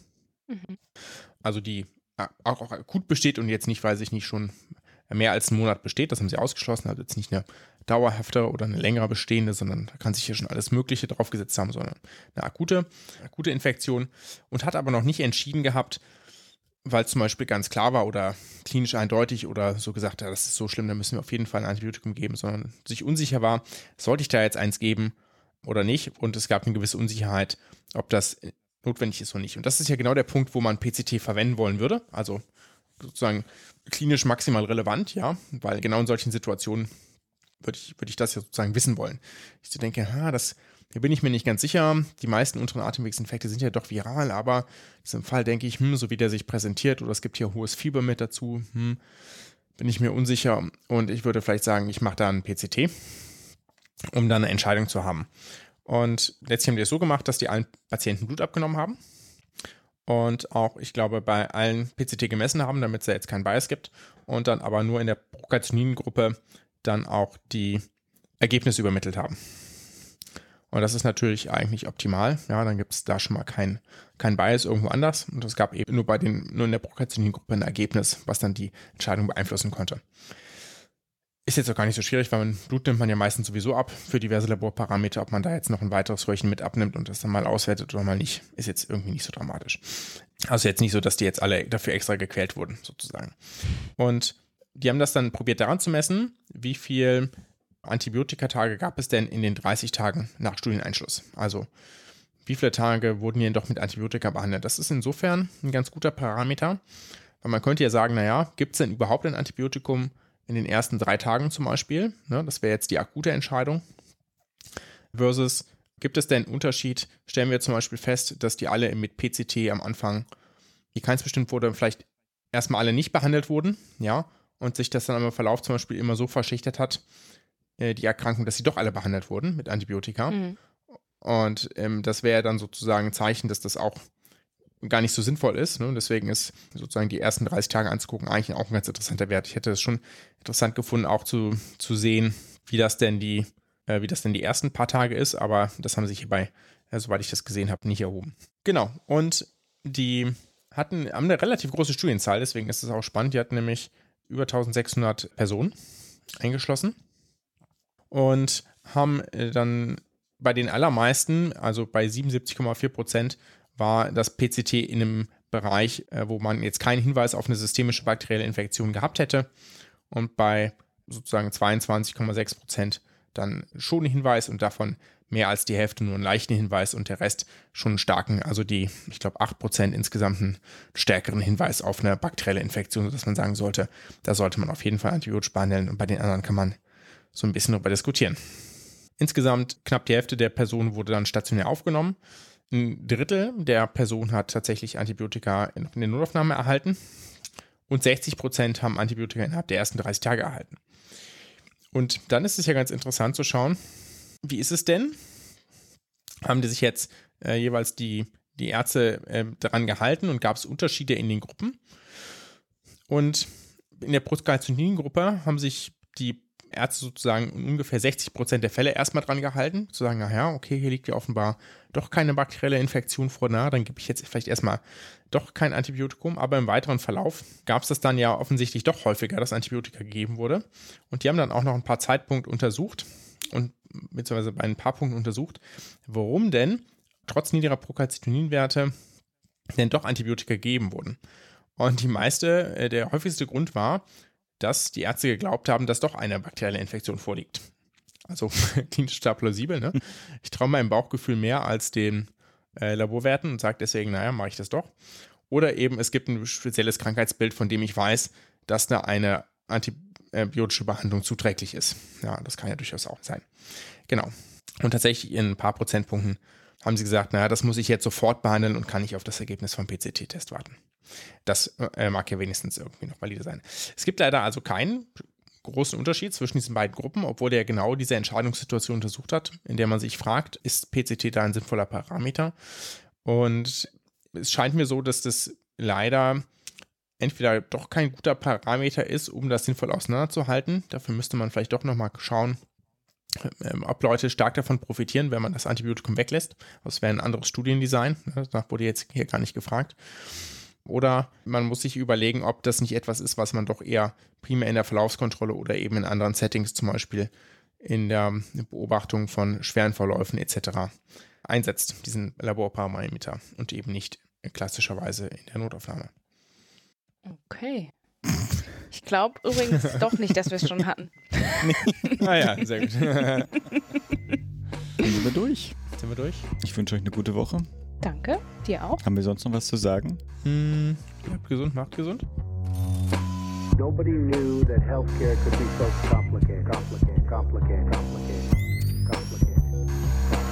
Speaker 3: also die auch akut besteht und jetzt nicht, weiß ich nicht, schon mehr als einen Monat besteht, das haben sie ausgeschlossen, also jetzt nicht eine dauerhafte oder eine längere bestehende, sondern da kann sich hier schon alles Mögliche draufgesetzt haben, sondern eine akute Infektion, und hat aber noch nicht entschieden gehabt, weil es zum Beispiel ganz klar war oder klinisch eindeutig oder so gesagt, ja, das ist so schlimm, da müssen wir auf jeden Fall ein Antibiotikum geben, sondern sich unsicher war, sollte ich da jetzt eins geben oder nicht, und es gab eine gewisse Unsicherheit, ob das notwendig ist oder nicht. Und das ist ja genau der Punkt, wo man PCT verwenden wollen würde, also sozusagen klinisch maximal relevant, ja, weil genau in solchen Situationen würde ich das ja sozusagen wissen wollen. Ich denke, hier bin ich mir nicht ganz sicher. Die meisten unteren Atemwegsinfekte sind ja doch viral, aber in diesem Fall denke ich, so wie der sich präsentiert, oder es gibt hier hohes Fieber mit dazu, bin ich mir unsicher, und ich würde vielleicht sagen, ich mache da einen PCT, um dann eine Entscheidung zu haben. Und letztlich haben die es so gemacht, dass die allen Patienten Blut abgenommen haben und auch, ich glaube, bei allen PCT gemessen haben, damit es da jetzt keinen Bias gibt, und dann aber nur in der Procalcitonin-Gruppe dann auch die Ergebnisse übermittelt haben. Und das ist natürlich eigentlich optimal. Ja, dann gibt es da schon mal kein Bias irgendwo anders. Und es gab eben nur in der prokrastinierenden Gruppe ein Ergebnis, was dann die Entscheidung beeinflussen konnte. Ist jetzt auch gar nicht so schwierig, weil Blut nimmt man ja meistens sowieso ab für diverse Laborparameter. Ob man da jetzt noch ein weiteres Röhrchen mit abnimmt und das dann mal auswertet oder mal nicht, ist jetzt irgendwie nicht so dramatisch. Also jetzt nicht so, dass die jetzt alle dafür extra gequält wurden, sozusagen. Und die haben das dann probiert daran zu messen, wie viel Antibiotikatage gab es denn in den 30 Tagen nach Studieneinschluss. Also wie viele Tage wurden hier doch mit Antibiotika behandelt. Das ist insofern ein ganz guter Parameter, weil man könnte ja sagen, naja, gibt es denn überhaupt ein Antibiotikum in den ersten 3 Tagen zum Beispiel? Ne, das wäre jetzt die akute Entscheidung. Versus, gibt es denn einen Unterschied? Stellen wir zum Beispiel fest, dass die alle mit PCT am Anfang, die keins bestimmt wurde, vielleicht erstmal alle nicht behandelt wurden, ja, und sich das dann im Verlauf zum Beispiel immer so verschichtet hat, die Erkrankung, dass sie doch alle behandelt wurden mit Antibiotika. Mhm. Und das wäre dann sozusagen ein Zeichen, dass das auch gar nicht so sinnvoll ist. Ne? Deswegen ist sozusagen die ersten 30 Tage anzugucken eigentlich auch ein ganz interessanter Wert. Ich hätte es schon interessant gefunden, auch zu sehen, wie das denn die ersten paar Tage ist, aber das haben sich hierbei, soweit ich das gesehen habe, nicht erhoben. Genau, und die haben eine relativ große Studienzahl, deswegen ist es auch spannend. Die hatten nämlich über 1600 Personen eingeschlossen und haben dann bei den allermeisten, also bei 77,4%, war das PCT in einem Bereich, wo man jetzt keinen Hinweis auf eine systemische bakterielle Infektion gehabt hätte, und bei sozusagen 22,6% dann schon einen Hinweis und davon mehr als die Hälfte nur einen leichten Hinweis und der Rest schon einen starken, also die, ich glaube 8% insgesamt einen stärkeren Hinweis auf eine bakterielle Infektion, sodass man sagen sollte, da sollte man auf jeden Fall antibiotisch behandeln, und bei den anderen kann man so ein bisschen darüber diskutieren. Insgesamt knapp die Hälfte der Personen wurde dann stationär aufgenommen. Ein Drittel der Personen hat tatsächlich Antibiotika in der Notaufnahme erhalten und 60% haben Antibiotika innerhalb der ersten 30 Tage erhalten. Und dann ist es ja ganz interessant zu schauen, wie ist es denn? Haben die sich jetzt jeweils die Ärzte daran gehalten und gab es Unterschiede in den Gruppen? Und in der Prokrastiniergruppe haben sich die Ärzte sozusagen in ungefähr 60% der Fälle erstmal dran gehalten, zu sagen, naja, okay, hier liegt ja offenbar doch keine bakterielle Infektion vor, dann gebe ich jetzt vielleicht erstmal doch kein Antibiotikum, aber im weiteren Verlauf gab es das dann ja offensichtlich doch häufiger, dass Antibiotika gegeben wurde, und die haben dann auch noch ein paar Zeitpunkte untersucht und beziehungsweise bei ein paar Punkten untersucht, warum denn trotz niedriger Procalcitonin-Werte denn doch Antibiotika gegeben wurden. Und der häufigste Grund war, dass die Ärzte geglaubt haben, dass doch eine bakterielle Infektion vorliegt. Also klinisch da plausibel, ne? Ich traue meinem Bauchgefühl mehr als den Laborwerten und sage deswegen, naja, mache ich das doch. Oder eben, es gibt ein spezielles Krankheitsbild, von dem ich weiß, dass da eine antibiotische Behandlung zuträglich ist. Ja, das kann ja durchaus auch sein. Genau. Und tatsächlich in ein paar Prozentpunkten haben sie gesagt, naja, das muss ich jetzt sofort behandeln und kann nicht auf das Ergebnis vom PCT-Test warten. Das mag ja wenigstens irgendwie noch valide sein. Es gibt leider also keinen großen Unterschied zwischen diesen beiden Gruppen, obwohl der genau diese Entscheidungssituation untersucht hat, in der man sich fragt, ist PCT da ein sinnvoller Parameter? Und es scheint mir so, dass das leider entweder doch kein guter Parameter ist, um das sinnvoll auseinanderzuhalten. Dafür müsste man vielleicht doch nochmal schauen, ob Leute stark davon profitieren, wenn man das Antibiotikum weglässt. Das wäre ein anderes Studiendesign. Das wurde jetzt hier gar nicht gefragt. Oder man muss sich überlegen, ob das nicht etwas ist, was man doch eher primär in der Verlaufskontrolle oder eben in anderen Settings, zum Beispiel in der Beobachtung von schweren Verläufen etc. einsetzt, diesen Laborparameter, und eben nicht klassischerweise in der Notaufnahme.
Speaker 2: Okay. Ich glaube übrigens doch nicht, dass wir es schon hatten.
Speaker 3: Ja, sehr gut.
Speaker 1: Dann sind wir durch. Ich wünsche euch eine gute Woche.
Speaker 2: Danke, dir auch.
Speaker 1: Haben wir sonst noch was zu sagen?
Speaker 3: Bleibt gesund, macht gesund.
Speaker 6: Nobody knew that healthcare could be so complicated.